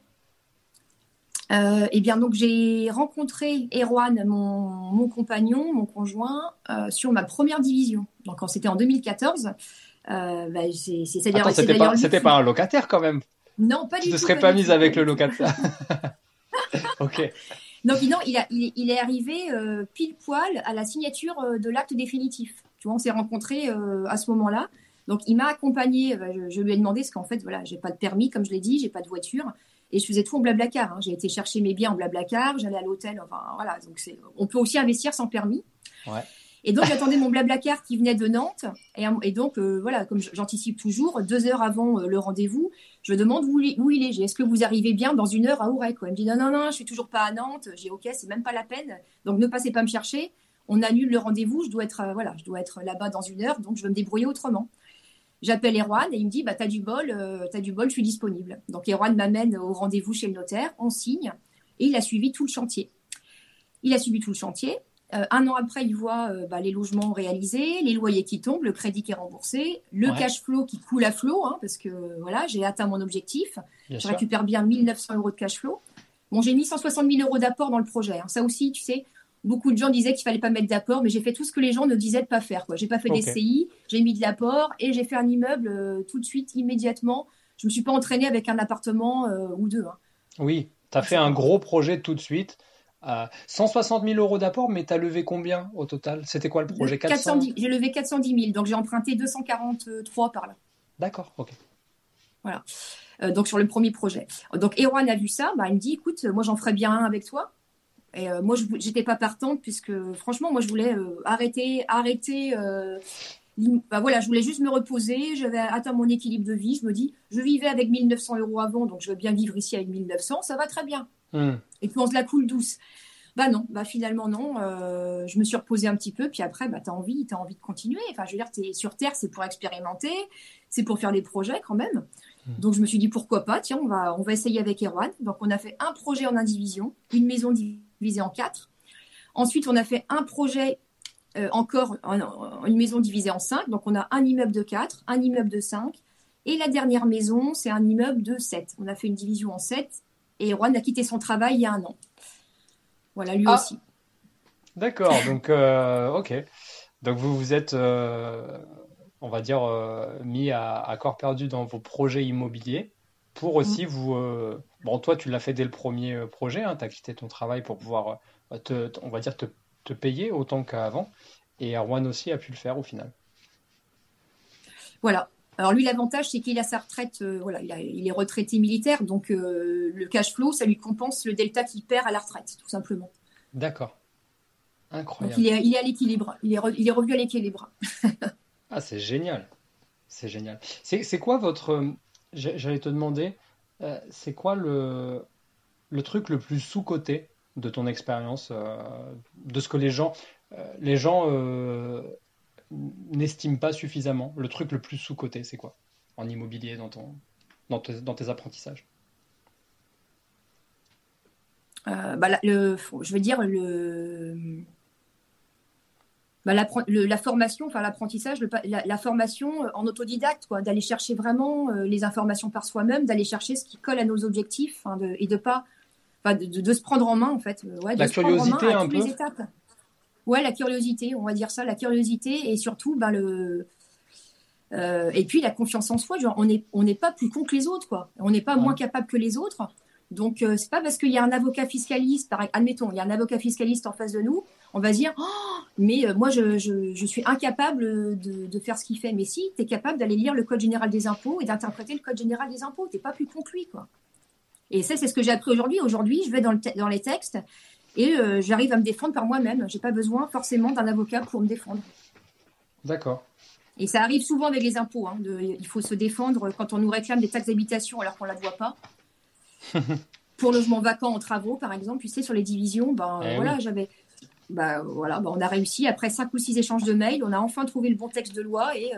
Eh bien, donc j'ai rencontré Erwan, mon compagnon, mon conjoint, sur ma première division. Donc, quand c'était en 2014, Attends, c'est d'ailleurs lui c'était qui. pas un locataire quand même. Non, pas Tu du te tout, serais pas pas du mise tout, pas avec le du tout. locataire. Ok. Donc, non, il est arrivé pile poil à la signature de l'acte définitif. Tu vois, on s'est rencontrés à ce moment-là. Donc, il m'a accompagné. Je lui ai demandé, parce qu'en fait, voilà, j'ai pas de permis, comme je l'ai dit, j'ai pas de voiture. Et je faisais tout en blablacar. Hein. J'ai été chercher mes biens en blablacar, j'allais à l'hôtel. Enfin, voilà. Donc, on peut aussi investir sans permis. Ouais. Et donc, j'attendais mon blablacar qui venait de Nantes. Et donc, voilà, comme j'anticipe toujours, 2 heures avant le rendez-vous, je demande où il est. Est-ce que vous arrivez bien dans 1 heure à Auray, quoi. Il me dit non, je suis toujours pas à Nantes. J'ai OK, c'est même pas la peine. Donc, ne passez pas me chercher. On annule le rendez-vous. Je dois être là-bas dans 1 heure. Donc, je vais me débrouiller autrement. J'appelle Erwan et il me dit t'as du bol, je suis disponible. Donc, Erwan m'amène au rendez-vous chez le notaire. On signe et il a suivi tout le chantier. Un an après, il voit les logements réalisés, les loyers qui tombent, le crédit qui est remboursé, le Ouais. cash flow qui coule à flot, hein, parce que voilà, j'ai atteint mon objectif. Bien Je sûr. récupère bien 1 900 € de cash flow. Bon, j'ai mis 160 000 € d'apport dans le projet. Hein. Ça aussi, tu sais, beaucoup de gens disaient qu'il fallait pas mettre d'apport, mais j'ai fait tout ce que les gens ne disaient de pas faire. J'ai pas fait des Ok. CI, j'ai mis de l'apport et j'ai fait un immeuble tout de suite, immédiatement. Je me suis pas entraînée avec un appartement ou deux. Hein. Oui, tu as Donc, fait un gros projet tout de suite. 160 000 euros d'apport, mais tu as levé combien au total? C'était quoi le projet? 400? J'ai levé 410 000, donc j'ai emprunté 243 par là. D'accord, ok. Voilà. Donc sur le premier projet. Donc Erwan a vu ça, il me dit écoute, moi j'en ferais bien un avec toi. Et moi j'étais pas partante puisque franchement moi je voulais arrêter. Voilà, je voulais juste me reposer. J'avais atteint mon équilibre de vie. Je me dis, je vivais avec 1 900 € avant, donc je veux bien vivre ici avec 1 900, ça va très bien. Et puis on se la coule douce. Non, finalement non. Je me suis reposée un petit peu, puis après, t'as envie de continuer. Enfin, je veux dire, t'es sur Terre, c'est pour expérimenter, c'est pour faire des projets quand même. Donc je me suis dit pourquoi pas. Tiens, on va essayer avec Erwan. Donc on a fait un projet en indivision, une maison divisée en 4. Ensuite, on a fait un projet encore, une maison divisée en 5. Donc, on a un immeuble de 4, un immeuble de 5. Et la dernière maison, c'est un immeuble de 7. On a fait une division en 7. Et Juan a quitté son travail il y a 1 an. Voilà, lui aussi. D'accord, donc ok. Donc vous vous êtes, on va dire, mis à corps perdu dans vos projets immobiliers pour aussi vous... bon, toi, tu l'as fait dès le premier projet, hein, tu as quitté ton travail pour pouvoir, on va dire, te payer autant qu'avant. Et Erwan aussi a pu le faire au final. Voilà. Alors lui, l'avantage, c'est qu'il a sa retraite, voilà, il est retraité militaire, donc le cash flow, ça lui compense le delta qu'il perd à la retraite, tout simplement. D'accord. Donc Incroyable. il est à l'équilibre, il est revenu à l'équilibre. Ah, c'est génial. C'est génial. C'est quoi votre... J'allais te demander, c'est quoi le truc le plus sous-coté de ton expérience, de ce que les gens n'estiment pas suffisamment? Le truc le plus sous-coté, c'est quoi en immobilier dans tes apprentissages? Je veux dire la formation, enfin l'apprentissage, la formation en autodidacte, quoi, d'aller chercher vraiment les informations par soi-même, d'aller chercher ce qui colle à nos objectifs, hein, et de pas, enfin, de se prendre en main en fait, ouais, de La se prendre en main curiosité à un toutes peu? les étapes. Ouais, la curiosité, on va dire ça, la curiosité et surtout et puis la confiance en soi. Genre, on n'est pas plus con que les autres, quoi. On n'est pas moins Ouais. capable que les autres. Donc c'est pas parce qu'il y a un avocat fiscaliste, admettons, il y a un avocat fiscaliste en face de nous, on va se dire, oh, mais moi je suis incapable de faire ce qu'il fait. Mais si, tu es capable d'aller lire le code général des impôts et d'interpréter le code général des impôts. T'es pas plus con que lui, quoi. Et ça, c'est ce que j'ai appris aujourd'hui. Aujourd'hui, je vais dans les textes et j'arrive à me défendre par moi-même. J'ai pas besoin forcément d'un avocat pour me défendre. D'accord. Et ça arrive souvent avec les impôts, hein, il faut se défendre quand on nous réclame des taxes d'habitation alors qu'on la doit pas. Pour logement vacant en travaux, par exemple, tu sais, sur les divisions, voilà, Oui. on a réussi, après 5 ou 6 échanges de mails, on a enfin trouvé le bon texte de loi et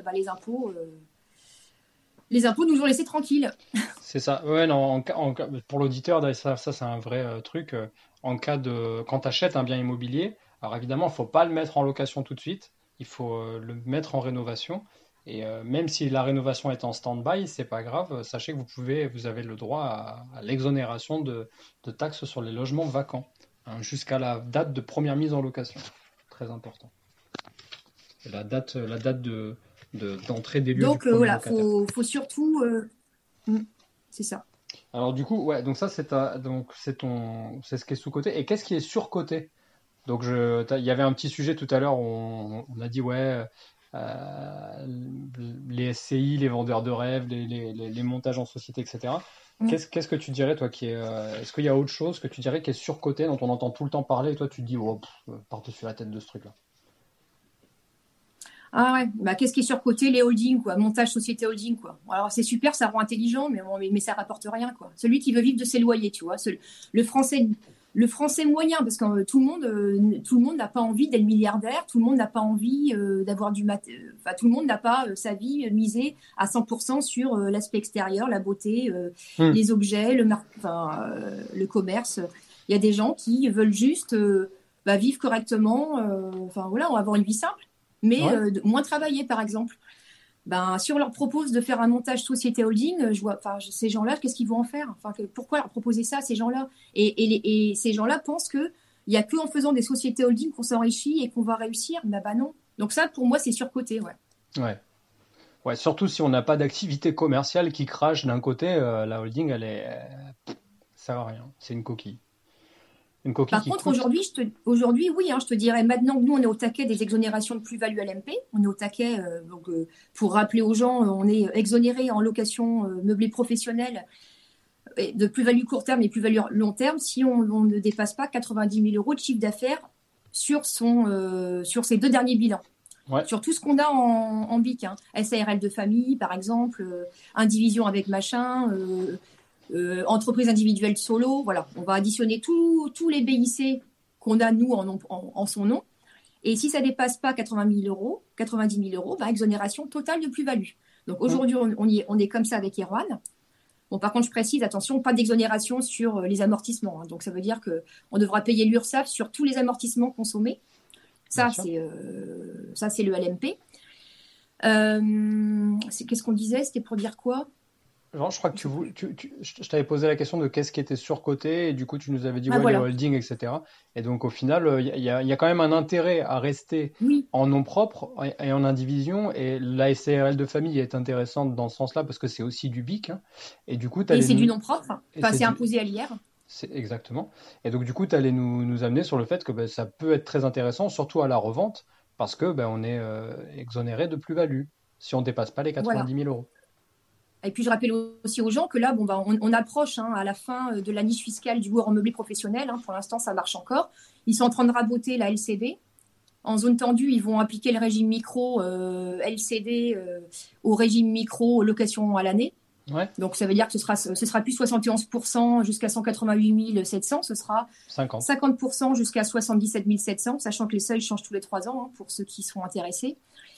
les impôts nous ont laissés tranquilles. C'est ça. Ouais, non, pour l'auditeur, d'ailleurs, ça c'est un vrai truc. Quand tu achètes un bien immobilier, alors évidemment, il ne faut pas le mettre en location tout de suite. Il faut le mettre en rénovation. Et même si la rénovation est en stand-by, c'est pas grave. Sachez que vous avez le droit à l'exonération de taxes sur les logements vacants, hein, jusqu'à la date de première mise en location. Très important. Et la date d'entrée des lieux du Donc premier voilà, locataire. faut surtout... c'est ça. Alors du coup, ouais, donc ça c'est ce qui est sous-coté. Et qu'est-ce qui est sur-coté? Donc il y avait un petit sujet tout à l'heure où on a dit ouais, les SCI, les vendeurs de rêves, les montages en société, etc. Qu'est-ce que tu dirais toi est-ce qu'il y a autre chose que tu dirais qui est sur-coté dont on entend tout le temps parler et toi tu te dis oh, par-dessus la tête de ce truc-là? Ah ouais, qu'est-ce qui est surcoté? Les holdings, quoi. Montage société holding, quoi. Alors c'est super, ça rend intelligent, mais ça rapporte rien, quoi. Celui qui veut vivre de ses loyers, tu vois. Le français moyen, parce que tout le monde n'a pas envie d'être milliardaire, tout le monde n'a pas envie d'avoir tout le monde n'a pas sa vie misée à 100% sur l'aspect extérieur, la beauté, les objets, le commerce. Il y a des gens qui veulent juste vivre correctement, voilà, on va avoir une vie simple. Mais Ouais. moins travailler, par exemple. Si on leur propose de faire un montage société holding, ces gens-là, qu'est-ce qu'ils vont en faire? Pourquoi leur proposer ça à ces gens-là? Et ces gens-là pensent qu'il n'y a qu'en faisant des sociétés holding qu'on s'enrichit et qu'on va réussir. Non. Donc ça, pour moi, c'est surcoté, ouais. Ouais. Ouais, surtout si on n'a pas d'activité commerciale qui crache d'un côté, la holding, ça sert à rien. C'est une coquille. Une coquille Par qui contre, coûte. aujourd'hui, oui, hein, je te dirais maintenant que nous, on est au taquet des exonérations de plus-value à l'MP. On est au taquet, pour rappeler aux gens, on est exonéré en location meublée professionnelle de plus-value court terme et plus-value long terme si on ne dépasse pas 90 000 euros de chiffre d'affaires sur ses 2 derniers bilans. Ouais. Sur tout ce qu'on a en BIC, hein. SARL de famille, par exemple, indivision avec machin, entreprise individuelle solo, voilà. On va additionner tous les BIC qu'on a, nous, en son nom. Et si ça ne dépasse pas 90 000 euros, exonération totale de plus-value. Donc aujourd'hui, on est comme ça avec Erwan. Bon, par contre, je précise, attention, pas d'exonération sur les amortissements. Donc, ça veut dire qu'on devra payer l'URSSAF sur tous les amortissements consommés. Ça, c'est le LMP. Qu'est-ce qu'on disait? C'était pour dire quoi? Genre, je crois que je t'avais posé la question de qu'est-ce qui était surcoté, et du coup, tu nous avais dit les voilà. holdings, etc. Et donc, au final, il y a quand même un intérêt à rester en nom propre et en indivision. Et la SARL de famille est intéressante dans ce sens-là parce que c'est aussi du BIC. Hein. Et du coup, c'est du nom propre. Enfin, c'est imposé à l'IR. Exactement. Et donc, du coup, tu allais nous amener sur le fait que ça peut être très intéressant, surtout à la revente, parce que on est exonéré de plus-value si on ne dépasse pas les 90 000 euros. Et puis, je rappelle aussi aux gens que là, on approche à la fin de la niche fiscale du loueur en meublé professionnel. Pour l'instant, ça marche encore. Ils sont en train de raboter la LCD. En zone tendue, ils vont appliquer le régime micro LCD au régime micro location à l'année. Ouais. Donc, ça veut dire que ce sera plus 71% jusqu'à 188 700. Ce sera 50% jusqu'à 77 700, sachant que les seuils changent tous les 3 ans pour ceux qui seront intéressés.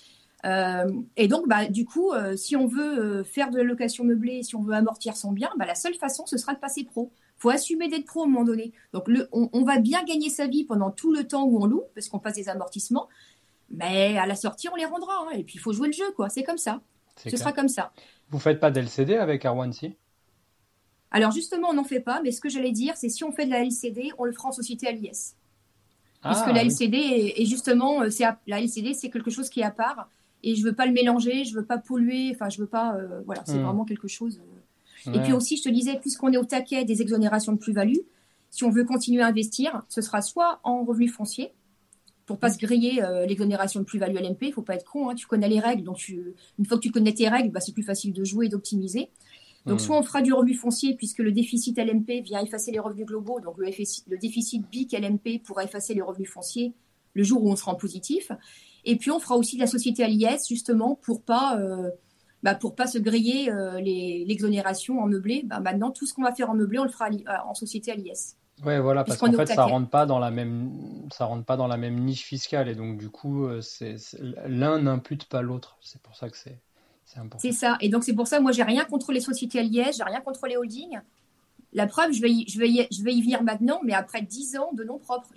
Et donc, du coup, si on veut faire de la location meublée, si on veut amortir son bien, la seule façon, ce sera de passer pro. Il faut assumer d'être pro à un moment donné. Donc, on va bien gagner sa vie pendant tout le temps où on loue, parce qu'on passe des amortissements, mais à la sortie, on les rendra. Et puis, il faut jouer le jeu, quoi. C'est comme ça. Ce sera comme ça. Vous ne faites pas d'LCD avec R1C? Alors, justement, on n'en fait pas, mais ce que j'allais dire, c'est si on fait de la LCD, on le fera en société à l'IS. Puisque la LCD est justement, la LCD, c'est quelque chose qui est à part. Et je veux pas le mélanger, je veux pas polluer, enfin je veux pas, c'est vraiment quelque chose. Et puis aussi, je te disais, puisqu'on est au taquet des exonérations de plus-value, si on veut continuer à investir, ce sera soit en revenus fonciers, pour pas se griller l'exonération de plus-value LMP, il faut pas être con, tu connais les règles, donc une fois que tu connais tes règles, c'est plus facile de jouer et d'optimiser. Donc soit on fera du revenu foncier, puisque le déficit LMP vient effacer les revenus globaux, donc le déficit BIC LMP pourra effacer les revenus fonciers le jour où on sera en positif. Et puis, on fera aussi de la société à l'IS, justement, pour pas se griller l'exonération en meublé. Maintenant, tout ce qu'on va faire en meublé, on le fera en société à l'IS. Ouais, voilà, parce qu'en fait, ça rentre pas dans la même niche fiscale. Et donc, du coup, l'un n'impute pas l'autre. C'est pour ça que c'est important. C'est ça. Et donc, c'est pour ça, moi, j'ai rien contre les sociétés à l'IS, j'ai rien contre les holdings. La preuve, je vais y venir maintenant, mais après 10 ans de nom propre.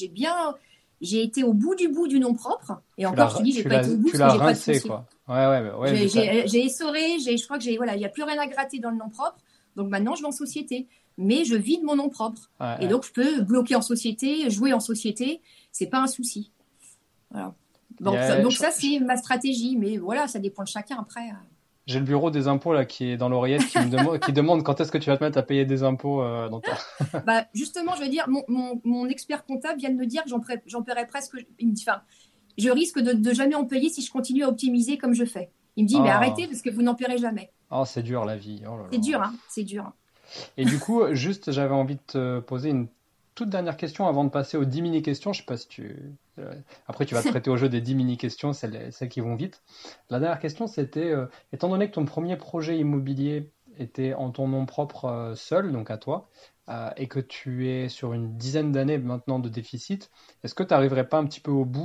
J'ai été au bout du nom propre. Et encore, je te dis, j'ai pas été au bout parce que j'ai pas de foncier. Quoi. Ouais, j'ai essoré, je crois que il n'y a plus rien à gratter dans le nom propre. Donc maintenant, je vais en société. Mais je vis de mon nom propre. Et donc, je peux bloquer en société, jouer en société. C'est pas un souci. Voilà. Donc ça, c'est ma stratégie. Mais voilà, ça dépend de chacun après. J'ai le bureau des impôts là qui est dans l'oreillette qui demande quand est-ce que tu vas te mettre à payer des impôts dans ta... Justement, je veux dire, mon expert comptable vient de me dire que j'en paierais presque. Il me dit, je risque de jamais en payer si je continue à optimiser comme je fais. Il me dit, mais arrêtez parce que vous n'en paierez jamais. Oh, c'est dur la vie. Oh là là. C'est dur, c'est dur. Et du coup, juste, j'avais envie de te poser une toute dernière question avant de passer aux 10 mini-questions. Je sais pas si après, tu vas te prêter au jeu des 10 mini-questions, celles qui vont vite. La dernière question, c'était, étant donné que ton premier projet immobilier était en ton nom propre seul, donc à toi, et que tu es sur une dizaine d'années maintenant de déficit, est-ce que tu n'arriverais pas un petit peu au bout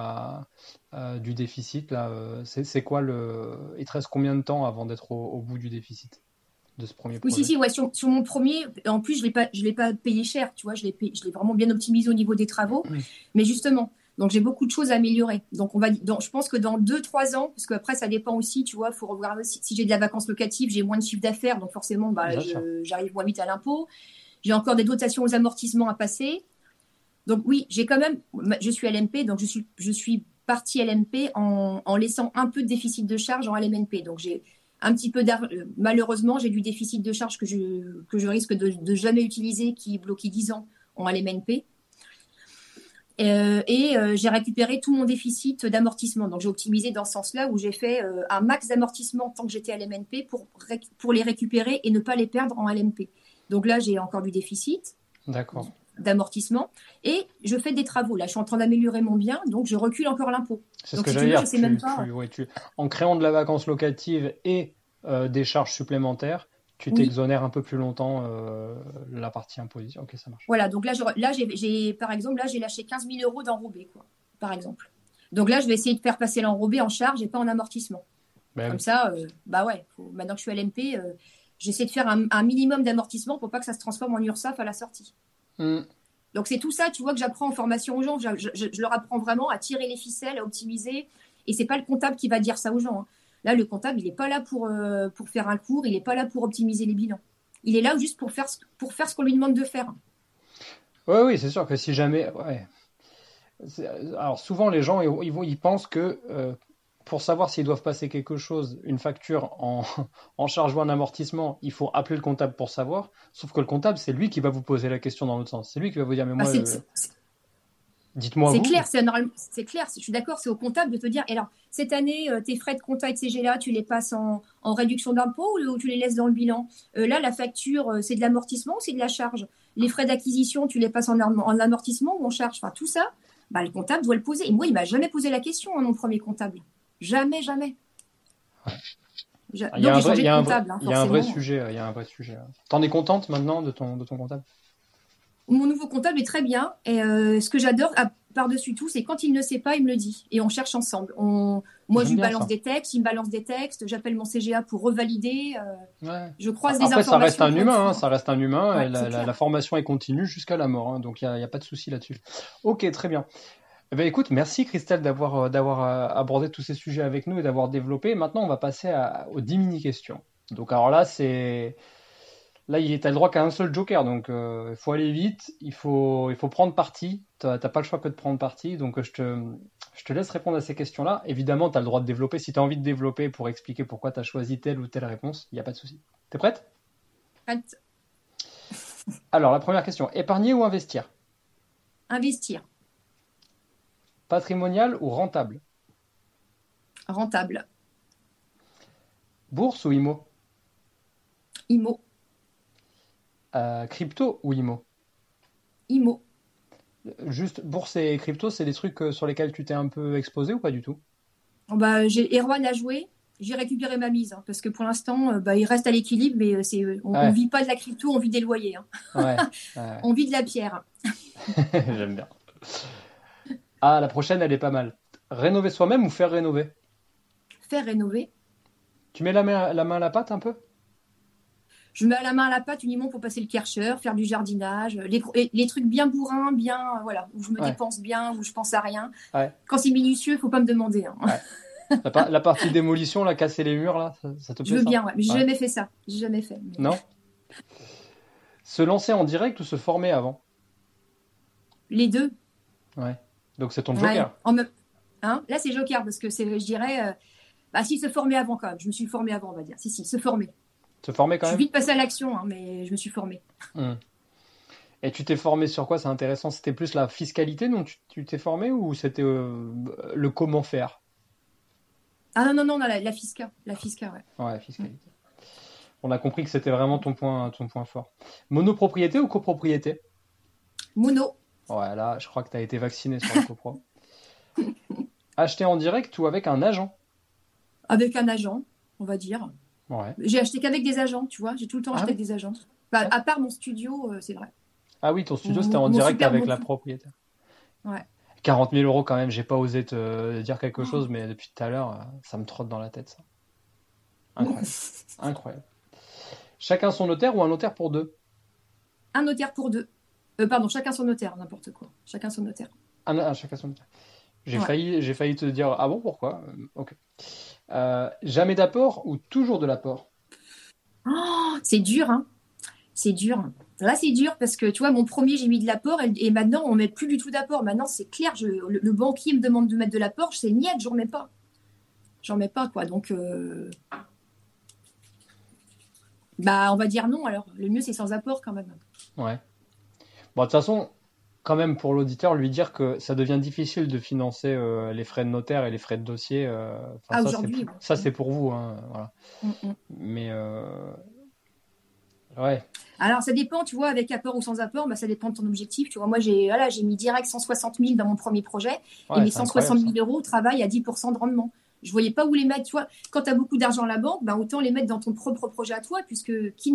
du déficit là, c'est quoi il te reste combien de temps avant d'être au bout du déficit de ce premier projet? Oui, sur mon premier, en plus, je l'ai pas payé cher, tu vois, je l'ai vraiment bien optimisé au niveau des travaux, mais justement, donc j'ai beaucoup de choses à améliorer. Donc je pense que dans 2-3 ans, parce qu'après ça dépend aussi, tu vois, il faut revoir si j'ai de la vacance locative, j'ai moins de chiffre d'affaires, donc forcément, j'arrive moins vite à l'impôt. J'ai encore des dotations aux amortissements à passer. Donc oui, j'ai quand même, je suis LMP, donc je suis partie LMP en laissant un peu de déficit de charge en LMNP. Donc j'ai un petit peu malheureusement, j'ai du déficit de charge que je risque de jamais utiliser, qui est bloqué 10 ans en LMNP. J'ai récupéré tout mon déficit d'amortissement. Donc, j'ai optimisé dans ce sens-là où j'ai fait un max d'amortissement tant que j'étais à LMNP pour les récupérer et ne pas les perdre en LMP. Donc là, j'ai encore du déficit d'amortissement et je fais des travaux. Là, je suis en train d'améliorer mon bien, donc je recule encore l'impôt. C'est ce que j'allais dire. En créant de la vacance locative et des charges supplémentaires, tu t'exonères un peu plus longtemps la partie imposition. Ok, ça marche. Voilà, donc j'ai par exemple, j'ai lâché 15 000 euros d'enrobé, quoi, par exemple. Donc là, je vais essayer de faire passer l'enrobé en charge et pas en amortissement. Comme ça, maintenant que je suis à l'MP, j'essaie de faire un minimum d'amortissement pour pas que ça se transforme en URSSAF à la sortie. Donc c'est tout ça, tu vois, que j'apprends en formation aux gens. Je leur apprends vraiment à tirer les ficelles, à optimiser. Et c'est pas le comptable qui va dire ça aux gens. Là, le comptable, il n'est pas là pour faire un cours, il n'est pas là pour optimiser les bilans. Il est là juste pour faire ce qu'on lui demande de faire. Oui, c'est sûr que si jamais... Ouais. Alors souvent, les gens, ils pensent que pour savoir s'ils doivent passer quelque chose, une facture en charge ou en amortissement, il faut appeler le comptable pour savoir. Sauf que le comptable, c'est lui qui va vous poser la question dans l'autre sens. C'est lui qui va vous dire, mais moi, dites-moi vous. C'est clair, je suis d'accord, c'est au comptable de te dire, et alors, cette année, tes frais de compta et de CGLA, tu les passes en réduction d'impôt ou tu les laisses dans le bilan? Là, la facture, c'est de l'amortissement ou c'est de la charge? Les frais d'acquisition, tu les passes en amortissement ou en charge? Enfin, tout ça, le comptable doit le poser. Et moi, il m'a jamais posé la question, mon premier comptable. Jamais. Ouais. Il y a un vrai sujet. T'en es contente maintenant de ton comptable? Mon nouveau comptable est très bien. Et ce que j'adore par-dessus tout, c'est quand il ne sait pas, il me le dit. Et on cherche ensemble. Moi, je lui balance des textes, il me balance des textes. J'appelle mon CGA pour revalider. Je croise des informations. Après, ça reste un humain. Ouais, la formation est continue jusqu'à la mort. Donc, il n'y a pas de souci là-dessus. Ok, très bien. Écoute, merci Christelle d'avoir abordé tous ces sujets avec nous et d'avoir développé. Maintenant, on va passer aux 10 mini-questions. Donc, alors là, Là, t'as le droit qu'à un seul joker, donc il faut aller vite, il faut prendre parti. T'as pas le choix que de prendre parti, donc je te laisse répondre à ces questions-là. Évidemment, tu as le droit de développer. Si tu as envie de développer pour expliquer pourquoi tu as choisi telle ou telle réponse, il n'y a pas de souci. T'es prête? Prête. Alors, la première question, épargner ou investir? Investir. Patrimonial ou rentable? Rentable. Bourse ou IMO? IMO. Crypto ou IMO? IMO. Juste, bourse et crypto, c'est des trucs sur lesquels tu t'es un peu exposé ou pas du tout? Erwan a joué, j'ai récupéré ma mise, parce que pour l'instant, il reste à l'équilibre, mais on vit pas de la crypto, on vit des loyers. On vit de la pierre. J'aime bien. Ah, la prochaine, elle est pas mal. Rénover soi-même ou faire rénover? Faire rénover. Tu mets la main à la pâte un peu? Je mets la main à la pâte uniquement pour passer le Karcher, faire du jardinage, les trucs bien bourrins, où je me dépense bien, où je pense à rien. Ouais. Quand c'est minutieux, il faut pas me demander. La partie démolition, là, casser les murs, là, ça te plaît? Je veux bien, mais j'ai jamais fait ça. J'ai jamais fait. Mais... Non? Se lancer en direct ou se former avant? Les deux. Ouais. Donc c'est ton joker. Là, c'est joker, parce que je dirais... si, se former avant quand même. Je me suis formée avant, on va dire. Si, se former. Se former quand même? Je suis vite passée à l'action, mais je me suis formée. Et tu t'es formée sur quoi? C'est intéressant. C'était plus la fiscalité dont tu t'es formée ou c'était le comment faire? Ah non, la fisca. La fisca, ouais. Ouais, fiscalité. On a compris que c'était vraiment ton point fort. Monopropriété ou copropriété? Mono. Ouais, là, je crois que tu as été vacciné sur la copro. Acheter en direct ou avec un agent? Avec un agent, on va dire. Ouais. J'ai acheté qu'avec des agents, tu vois. J'ai tout le temps acheté avec des agents. À part mon studio, c'est vrai. Ah oui, ton studio, c'était en direct avec la propriétaire. Ouais. 40 000 € quand même, j'ai pas osé te dire quelque chose, mais depuis tout à l'heure, ça me trotte dans la tête, ça. Incroyable. Incroyable. Chacun son notaire ou un notaire pour deux? Un notaire pour deux. Chacun son notaire, n'importe quoi. Chacun son notaire. Chacun son notaire. J'ai failli te dire, ah bon, pourquoi? Ok. Jamais d'apport ou toujours de l'apport? Oh, c'est dur, hein. C'est dur. Là, c'est dur parce que, tu vois, mon premier, j'ai mis de l'apport et maintenant, on ne met plus du tout d'apport. Maintenant, c'est clair, le banquier me demande de mettre de l'apport, je sais niet, j'en mets pas. J'en mets pas, quoi. Donc, on va dire non, alors. Le mieux, c'est sans apport, quand même. Ouais. Bon, de toute façon, quand même, pour l'auditeur, lui dire que ça devient difficile de financer les frais de notaire et les frais de dossier. Aujourd'hui. Ça, c'est pour vous. Hein, voilà. Mais... Ouais. Alors, ça dépend, tu vois, avec apport ou sans apport, ça dépend de ton objectif. Tu vois, moi, j'ai mis direct 160 000 dans mon premier projet et mes 160 000 € travaillent à 10% de rendement. Je ne voyais pas où les mettre. Tu vois, quand tu as beaucoup d'argent à la banque, autant les mettre dans ton propre projet à toi, puisque qui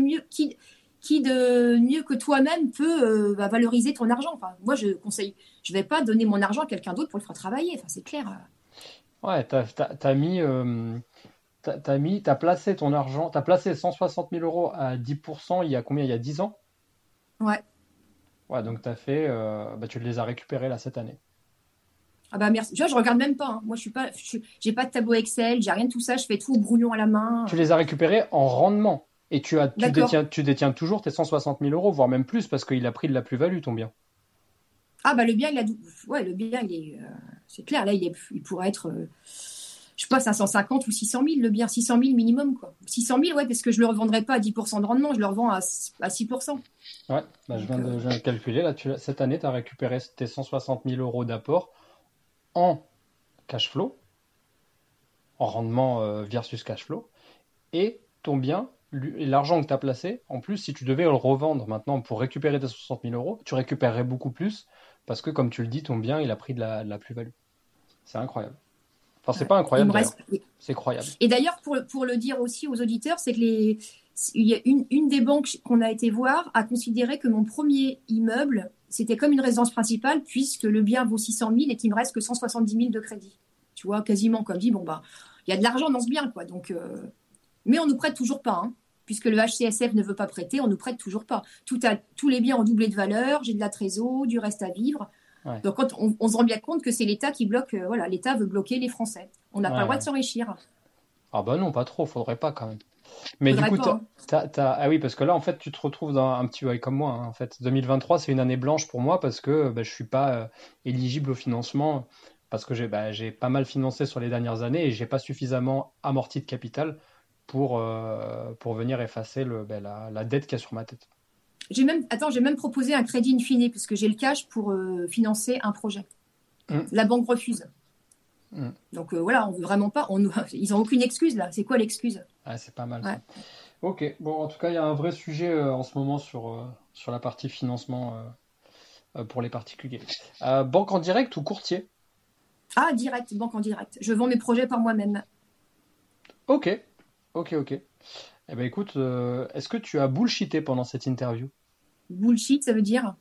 de mieux que toi-même peut valoriser ton argent. Enfin, moi, je conseille, je ne vais pas donner mon argent à quelqu'un d'autre pour le faire travailler. Enfin, c'est clair. Ouais, t'as mis t'as placé ton argent, t'as placé 160 000 euros à 10% il y a combien? Il y a 10 ans? Ouais. Ouais, donc tu les as récupérés là cette année. Ah bah merci. Tu vois, je regarde même pas, hein. Moi, j'ai pas de tableau Excel, j'ai rien de tout ça. Je fais tout au brouillon à la main. Tu les as récupérés en rendement. Et D'accord. tu détiens toujours tes 160 000 euros, voire même plus, parce qu'il a pris de la plus-value, ton bien. Ah bah le bien, ouais, le bien, c'est clair. Là, il pourrait être, je sais pas, 550 ou 600 000, le bien, 600 000 minimum, quoi. 600 000, ouais, parce que je le revendrai pas à 10% de rendement, je le revends à 6%. Ouais, bah, Donc, je viens de calculer. Là, cette année, tu as récupéré tes 160 000 euros d'apport en cash flow, en rendement versus cash flow. Et ton bien, l'argent que tu as placé, en plus, si tu devais le revendre maintenant pour récupérer tes 60 000 euros, tu récupérerais beaucoup plus parce que, comme tu le dis, ton bien, il a pris de la plus-value. C'est incroyable. Enfin, c'est ouais. pas Il incroyable me d'ailleurs. reste. C'est croyable. Et d'ailleurs, pour le dire aussi aux auditeurs, c'est que il y a une des banques qu'on a été voir a considéré que mon premier immeuble, c'était comme une résidence principale, puisque le bien vaut 600 000 et qu'il me reste que 170 000 de crédit. Tu vois, quasiment, comme dit, bon, bah, il y a de l'argent dans ce bien, quoi. Donc, mais on nous prête toujours pas, hein. Puisque le HCSF ne veut pas prêter, on nous prête toujours pas. Tous les biens ont doublé de valeur, j'ai de la trésor, du reste à vivre. Ouais. Donc, quand on se rend bien compte que c'est l'État qui bloque, voilà, l'État veut bloquer les Français. On n'a Ouais, pas le droit ouais. de s'enrichir. Ah bah non, pas trop, faudrait pas quand même. Mais du Faudrait coup, pas, hein. ah oui, parce que là, en fait, tu te retrouves dans un petit bail comme moi, hein. En fait, 2023, c'est une année blanche pour moi parce que je suis pas éligible au financement parce que j'ai pas mal financé sur les dernières années et j'ai pas suffisamment amorti de capital pour venir effacer la dette qu'il y a sur ma tête. J'ai même proposé un crédit in fine parce que j'ai le cash pour financer un projet. Hum, La banque refuse. hum. Donc voilà, on veut vraiment pas. Ils ont aucune excuse là. C'est quoi l'excuse? Ah, c'est pas mal Ouais. ça. Ok, bon, en tout cas, il y a un vrai sujet en ce moment sur la partie financement pour les particuliers. Banque en direct ou courtier? Ah, direct, banque en direct. Je vends mes projets par moi-même. Ok, ok. Eh ben écoute, est-ce que tu as bullshité pendant cette interview? Bullshit, ça veut dire?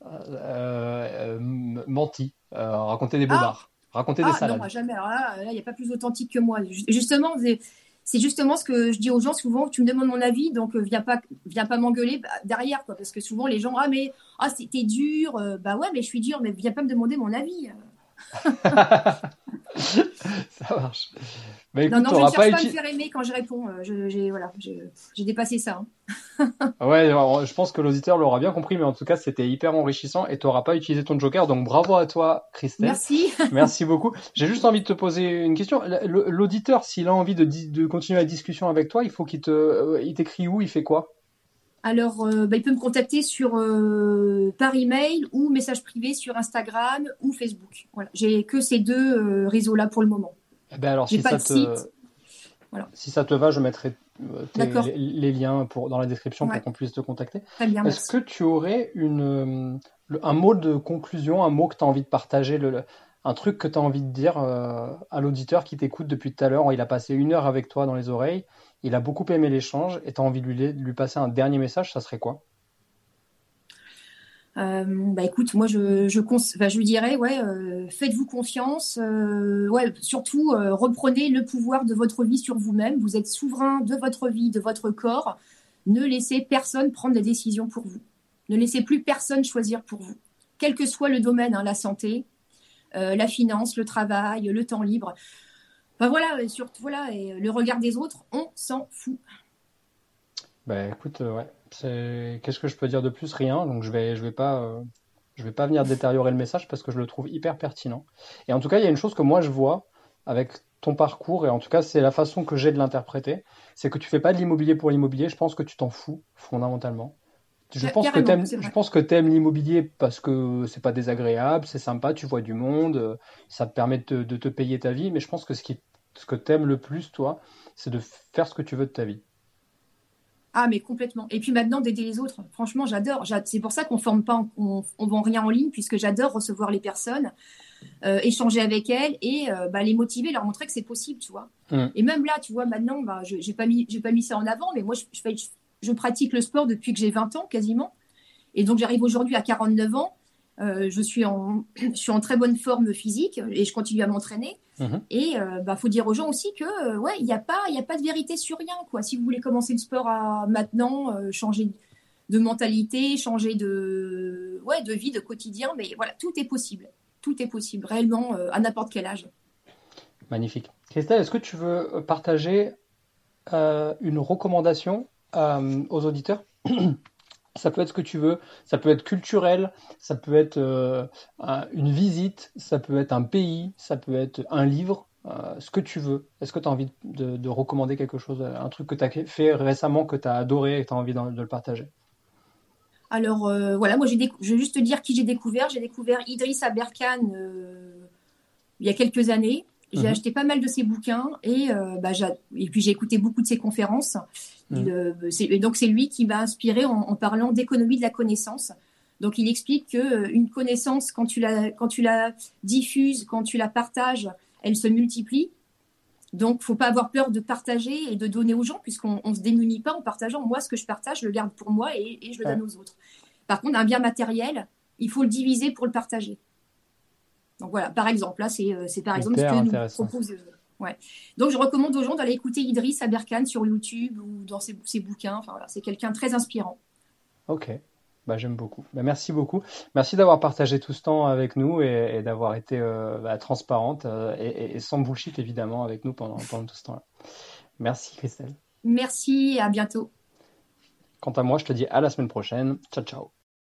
Menti, raconter des Ah, bobards, raconter des ah non, salades. moi jamais. Alors là, il n'y a pas plus authentique que moi. Justement, c'est justement ce que je dis aux gens souvent. Tu me demandes mon avis, donc viens pas m'engueuler derrière, quoi, parce que souvent les gens, c'était dur. Bah ouais, mais je suis dur, mais viens pas me demander mon avis. Ça marche. Bah Non, écoute, non, je ne t'auras pas cherche pas à me utilisé. faire aimer quand je réponds. J'ai dépassé ça, hein. Ouais, alors, je pense que l'auditeur l'aura bien compris, mais en tout cas, c'était hyper enrichissant et t'auras pas utilisé ton joker, donc bravo à toi, Christelle. Merci. Merci beaucoup. J'ai juste envie de te poser une question. L'auditeur, s'il a envie de continuer la discussion avec toi, il faut il t'écrit où, il fait quoi? Alors, il peut me contacter par email ou message privé sur Instagram ou Facebook. Voilà. J'ai que ces deux réseaux-là pour le moment. Eh ben alors, J'ai pas de site. Voilà. si ça te va, je mettrai D'accord. les liens dans la description pour Ouais. qu'on puisse te contacter. Très bien, Est-ce que merci. tu aurais un mot de conclusion, un mot que tu as envie de partager, un truc que tu as envie de dire à l'auditeur qui t'écoute depuis tout à l'heure? Il a passé 1 heure avec toi dans les oreilles, il a beaucoup aimé l'échange et tu as envie de lui passer un dernier message, ça serait quoi? Écoute, moi je lui dirais, ouais, faites-vous confiance, ouais, surtout reprenez le pouvoir de votre vie sur vous-même. Vous êtes souverain de votre vie, de votre corps. Ne laissez personne prendre des décisions pour vous. Ne laissez plus personne choisir pour vous, quel que soit le domaine, hein, la santé, la finance, le travail, le temps libre. Enfin voilà, et surtout voilà, et le regard des autres, on s'en fout. Bah écoute, ouais, qu'est-ce que je peux dire de plus? Rien, donc je vais pas venir détériorer le message parce que je le trouve hyper pertinent. Et en tout cas, il y a une chose que moi je vois avec ton parcours, et en tout cas, c'est la façon que j'ai de l'interpréter, c'est que tu fais pas de l'immobilier pour l'immobilier, je pense que tu t'en fous, fondamentalement. Carrément, c'est Je vrai. pense que t'aimes l'immobilier parce que c'est pas désagréable, c'est sympa, tu vois du monde, ça te permet de te payer ta vie, mais je pense que ce que t'aimes le plus, toi, c'est de faire ce que tu veux de ta vie. Ah, mais complètement. Et puis maintenant, d'aider les autres. Franchement, j'adore. C'est pour ça qu'on forme pas, on vend rien en ligne, puisque j'adore recevoir les personnes, échanger avec elles et les motiver, leur montrer que c'est possible, tu vois. Mm. Et même là, tu vois, maintenant, j'ai pas mis ça en avant, mais moi, je pratique le sport depuis que j'ai 20 ans, quasiment. Et donc, j'arrive aujourd'hui à 49 ans. Je suis en très bonne forme physique et je continue à m'entraîner. Et faut dire aux gens aussi que il n'y a pas de vérité sur rien, quoi. Si vous voulez commencer le sport maintenant, changer de mentalité, changer de vie, de quotidien, mais voilà, tout est possible. Tout est possible, réellement, à n'importe quel âge. Magnifique. Christelle, est-ce que tu veux partager une recommandation aux auditeurs? Ça peut être ce que tu veux, ça peut être culturel, ça peut être une visite, ça peut être un pays, ça peut être un livre, ce que tu veux. Est-ce que tu as envie de recommander quelque chose, un truc que tu as fait récemment, que tu as adoré et que tu as envie de le partager? Alors moi je vais juste te dire qui j'ai découvert. J'ai découvert Idriss Aberkan il y a quelques années. J'ai acheté pas mal de ses bouquins et puis j'ai écouté beaucoup de ses conférences. Donc c'est lui qui m'a inspiré en parlant d'économie de la connaissance. Donc il explique que une connaissance, quand tu la diffuses, quand tu la partages, elle se multiplie. Donc faut pas avoir peur de partager et de donner aux gens, puisqu'on se démunit pas en partageant. Moi, ce que je partage, je le garde pour moi et je le donne aux autres. Par contre, un bien matériel, il faut le diviser pour le partager. Donc voilà, par exemple, là, c'est par exemple ce que nous propose. Donc je recommande aux gens d'aller écouter Idriss Aberkan sur YouTube ou dans ses bouquins. Enfin voilà, c'est quelqu'un de très inspirant. Ok, j'aime beaucoup. Merci beaucoup. Merci d'avoir partagé tout ce temps avec nous et d'avoir été transparente et sans bullshit évidemment avec nous pendant tout ce temps-là. Merci Christelle. Merci et à bientôt. Quant à moi, je te dis à la semaine prochaine. Ciao, ciao.